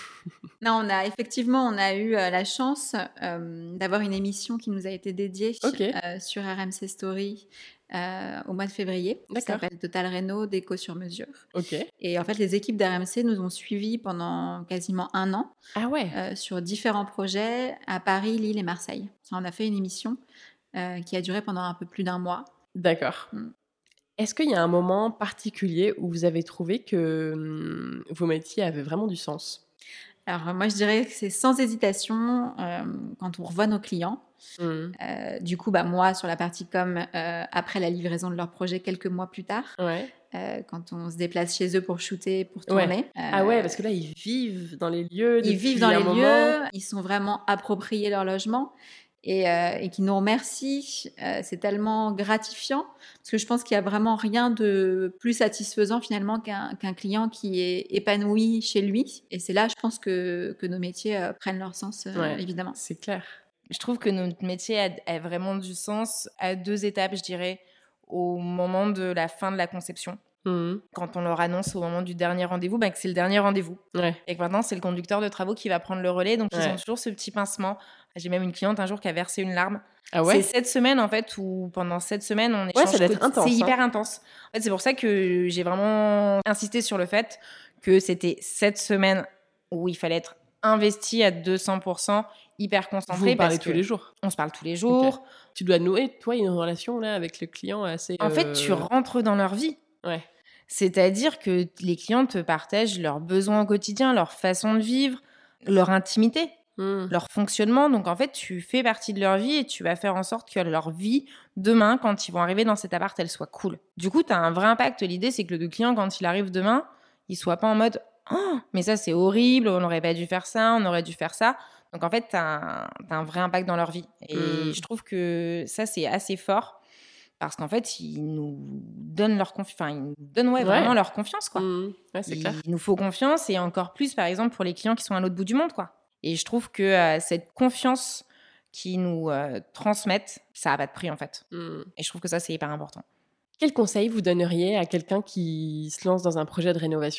Non, on a effectivement, on a eu euh, la chance euh, d'avoir une émission qui nous a été dédiée Ok. euh, sur R M C Story euh, au mois de février. Qui D'accord. s'appelle Total Réno déco sur mesure. Ok. Et en fait, les équipes d'R M C nous ont suivis pendant quasiment un an Ah ouais. euh, sur différents projets à Paris, Lille et Marseille. Ça, on a fait une émission euh, qui a duré pendant un peu plus d'un mois. D'accord. Mm. Est-ce qu'il y a un moment particulier où vous avez trouvé que hum, vos métiers avaient vraiment du sens? Alors moi, je dirais que c'est sans hésitation euh, quand on revoit nos clients. Hum. Euh, du coup, bah, moi, sur la partie com, euh, après la livraison de leur projet quelques mois plus tard, Ouais. euh, quand on se déplace chez eux pour shooter, pour Ouais. tourner. Ah euh, ouais, parce que là, ils vivent dans les lieux. Ils depuis vivent dans un les moment. lieux, ils sont vraiment appropriés leur logement et, euh, et qui nous remercient. Euh, c'est tellement gratifiant parce que je pense qu'il n'y a vraiment rien de plus satisfaisant finalement qu'un qu'un client qui est épanoui chez lui. Et c'est là, je pense, que, que nos métiers euh, prennent leur sens, euh, Ouais. évidemment. C'est clair. Je trouve que notre métier a, a vraiment du sens à deux étapes, je dirais. Au moment de la fin de la conception, Hum. quand on leur annonce au moment du dernier rendez-vous bah, que c'est le dernier rendez-vous. Ouais. Et que maintenant, c'est le conducteur de travaux qui va prendre le relais. Donc, ils Ouais. ont toujours ce petit pincement. J'ai même une cliente un jour qui a versé une larme. Ah ouais. C'est cette semaine, en fait, où pendant cette semaine, on Ouais, échange. ça doit être quoti- intense, C'est hein. hyper intense. En fait, c'est pour ça que j'ai vraiment insisté sur le fait que c'était cette semaine où il fallait être investi à deux cents pour cent, hyper Vous concentré. vous parlez parce tous que les jours. on se parle tous les jours. Tu dois nouer, toi, une relation là avec le client assez. En fait, euh, tu rentres dans leur vie. Ouais. C'est-à-dire que les clients te partagent leurs besoins au quotidien, leur façon de vivre, leur intimité, Hum. leur fonctionnement. Donc, en fait, tu fais partie de leur vie et tu vas faire en sorte que leur vie, demain, quand ils vont arriver dans cet appart, elle soit cool. Du coup, tu as un vrai impact. L'idée, c'est que le client, quand il arrive demain, il soit pas en mode « Oh, mais ça, c'est horrible, on n'aurait pas dû faire ça, on aurait dû faire ça. » Donc, en fait, tu as un, un vrai impact dans leur vie. Et Mm. je trouve que ça, c'est assez fort parce qu'en fait, ils nous donnent leur confiance. Enfin, ils nous donnent ouais, Ouais. vraiment leur confiance, quoi. Hum. Ouais, c'est Il clair. nous faut confiance et encore plus, par exemple, pour les clients qui sont à l'autre bout du monde, quoi. Et je trouve que euh, cette confiance qu'ils nous euh, transmettent, ça n'a pas de prix, en fait. Hum. Et je trouve que ça, c'est hyper important. Quel conseil vous donneriez à quelqu'un qui se lance dans un projet de rénovation?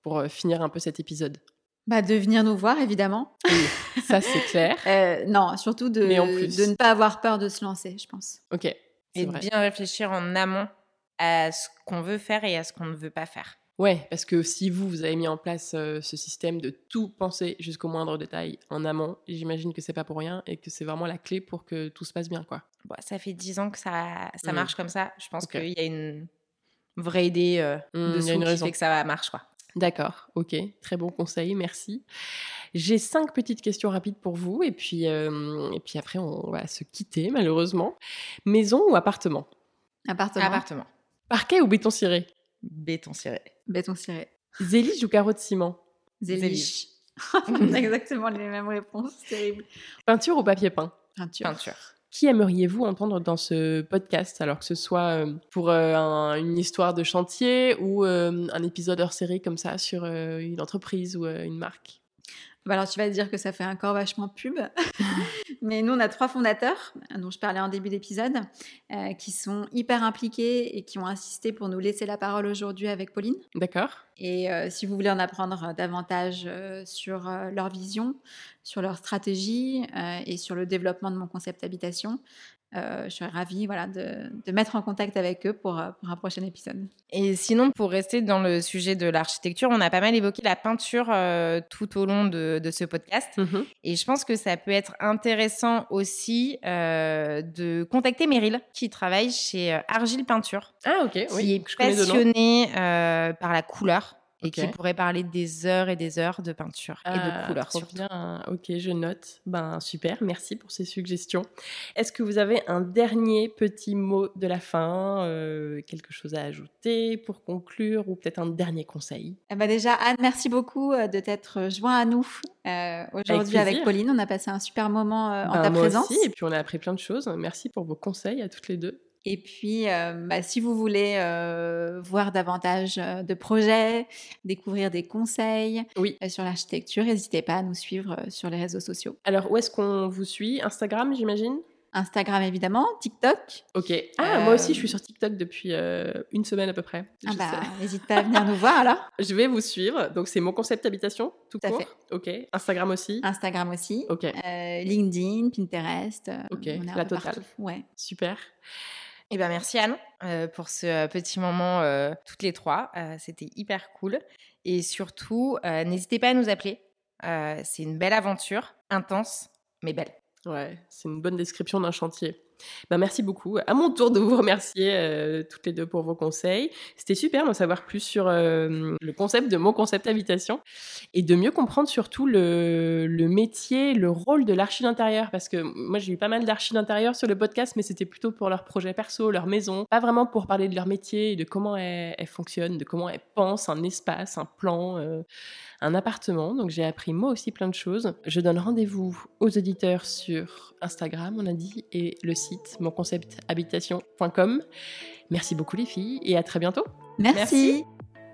pour euh, finir un peu cet épisode? Bah, de venir nous voir, évidemment. Oui, ça c'est clair. Euh, non, surtout de, Mais en plus. de ne pas avoir peur de se lancer, je pense. Ok, c'est Et de vrai. bien réfléchir en amont à ce qu'on veut faire et à ce qu'on ne veut pas faire. Ouais, parce que si vous, vous avez mis en place euh, ce système de tout penser jusqu'au moindre détail en amont, j'imagine que c'est pas pour rien et que c'est vraiment la clé pour que tout se passe bien, quoi. Bon, ça fait dix ans que ça, ça Mm. marche comme ça. Je pense Ok. qu'il y a une vraie idée euh, Mm, il y a dessous une qui raison. fait que ça marche, quoi. D'accord, ok, très bon conseil, merci. J'ai cinq petites questions rapides pour vous et puis, euh, et puis après on va se quitter malheureusement. Maison ou appartement? Appartement, Appartement. Parquet ou béton ciré? Béton ciré. béton ciré, Zélige ou carreau de ciment? zélige. On a exactement les mêmes réponses, c'est terrible. Peinture ou papier peint? Peinture. Peinture. Qui aimeriez-vous entendre dans ce podcast, alors que ce soit euh, pour euh, un- une histoire de chantier ou euh, un épisode hors série comme ça sur euh, une entreprise ou euh, une marque? Bah alors, tu vas te dire que ça fait encore vachement pub. Mais nous, on a trois fondateurs, dont je parlais en début d'épisode, euh, qui sont hyper impliqués et qui ont insisté pour nous laisser la parole aujourd'hui avec Pauline. D'accord. Et euh, si vous voulez en apprendre davantage euh, sur euh, leur vision, sur leur stratégie euh, et sur le développement de mon concept habitation, euh, je serais ravie voilà, de, de mettre en contact avec eux pour, euh, pour un prochain épisode. Et sinon, pour rester dans le sujet de l'architecture, on a pas mal évoqué la peinture euh, tout au long de, de ce podcast. Mhm. Et je pense que ça peut être intéressant aussi euh, de contacter Meryl, qui travaille chez euh, Argile Peinture, Ah ok, qui oui, est je connais de nom. passionnée euh, par la couleur et Ok. qui pourrait parler des heures et des heures de peinture et de Ah, couleurs trop surtout. bien. Ok, je note. Ben super, merci pour ces suggestions. Est-ce que vous avez un dernier petit mot de la fin, euh, quelque chose à ajouter pour conclure ou peut-être un dernier conseil? Eh ben déjà, Anne, merci beaucoup euh, de t'être joint à nous euh, aujourd'hui avec, plaisir. Pauline. On a passé un super moment euh, en Ben, ta moi présence. aussi, et puis on a appris plein de choses. Merci pour vos conseils à toutes les deux. Et puis, euh, bah, si vous voulez euh, voir davantage euh, de projets, découvrir des conseils Oui. euh, sur l'architecture, n'hésitez pas à nous suivre euh, sur les réseaux sociaux. Alors où est-ce qu'on vous suit? Instagram, j'imagine? Instagram, évidemment, TikTok. Ok. Ah, Euh, moi aussi, je suis sur TikTok depuis euh, une semaine à peu près. Ah Je bah, sais. n'hésite pas à venir nous voir alors. Je vais vous suivre. Donc, c'est mon concept habitation, tout Tout à court. fait. Ok. Instagram aussi. Instagram aussi. Ok. Euh, LinkedIn, Pinterest. euh, Ok, on est un la peu totale. partout. Ouais. Super. Eh ben merci Anne euh, pour ce euh, petit moment euh, toutes les trois. Euh, c'était hyper cool. Et surtout, euh, n'hésitez pas à nous appeler. Euh, c'est une belle aventure, intense, mais belle. Ouais, c'est une bonne description d'un chantier. Ben, merci beaucoup. À mon tour de vous remercier euh, toutes les deux pour vos conseils. C'était super d'en savoir plus sur euh, le concept de mon concept habitation et de mieux comprendre surtout le, le métier, le rôle de l'archi d'intérieur. Parce que moi, j'ai eu pas mal d'archi d'intérieur sur le podcast, mais c'était plutôt pour leurs projets perso, leur maison. Pas vraiment pour parler de leur métier et de comment elles, elles fonctionnent, de comment elles pensent un espace, un plan, euh, un appartement. Donc, j'ai appris moi aussi plein de choses. Je donne rendez-vous aux auditeurs sur Instagram, on a dit, et le site mon concept habitation point com. Merci beaucoup les filles et à très bientôt. Merci. Merci.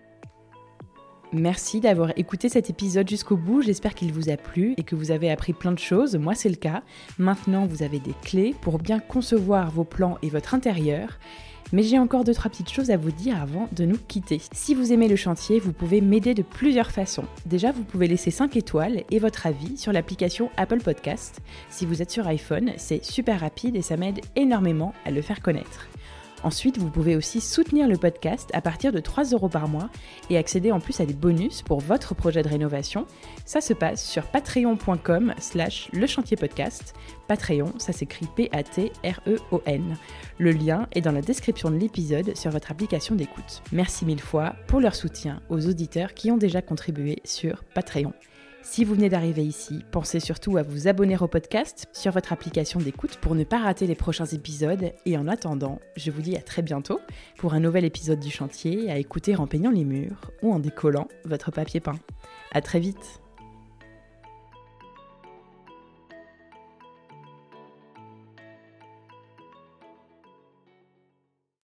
Merci d'avoir écouté cet épisode jusqu'au bout, j'espère qu'il vous a plu et que vous avez appris plein de choses, moi c'est le cas. Maintenant vous avez des clés pour bien concevoir vos plans et votre intérieur. Mais j'ai encore deux, trois petites choses à vous dire avant de nous quitter. Si vous aimez le chantier, vous pouvez m'aider de plusieurs façons. Déjà, vous pouvez laisser cinq étoiles et votre avis sur l'application Apple Podcast. Si vous êtes sur iPhone, c'est super rapide et ça m'aide énormément à le faire connaître. Ensuite, vous pouvez aussi soutenir le podcast à partir de trois euros par mois et accéder en plus à des bonus pour votre projet de rénovation. Ça se passe sur patreon point com slash le chantier podcast. Patreon, ça s'écrit P A T R E O N. Le lien est dans la description de l'épisode sur votre application d'écoute. Merci mille fois pour leur soutien aux auditeurs qui ont déjà contribué sur Patreon. Si vous venez d'arriver ici, pensez surtout à vous abonner au podcast sur votre application d'écoute pour ne pas rater les prochains épisodes. Et en attendant, je vous dis à très bientôt pour un nouvel épisode du chantier à écouter en peignant les murs ou en décollant votre papier peint. À très vite!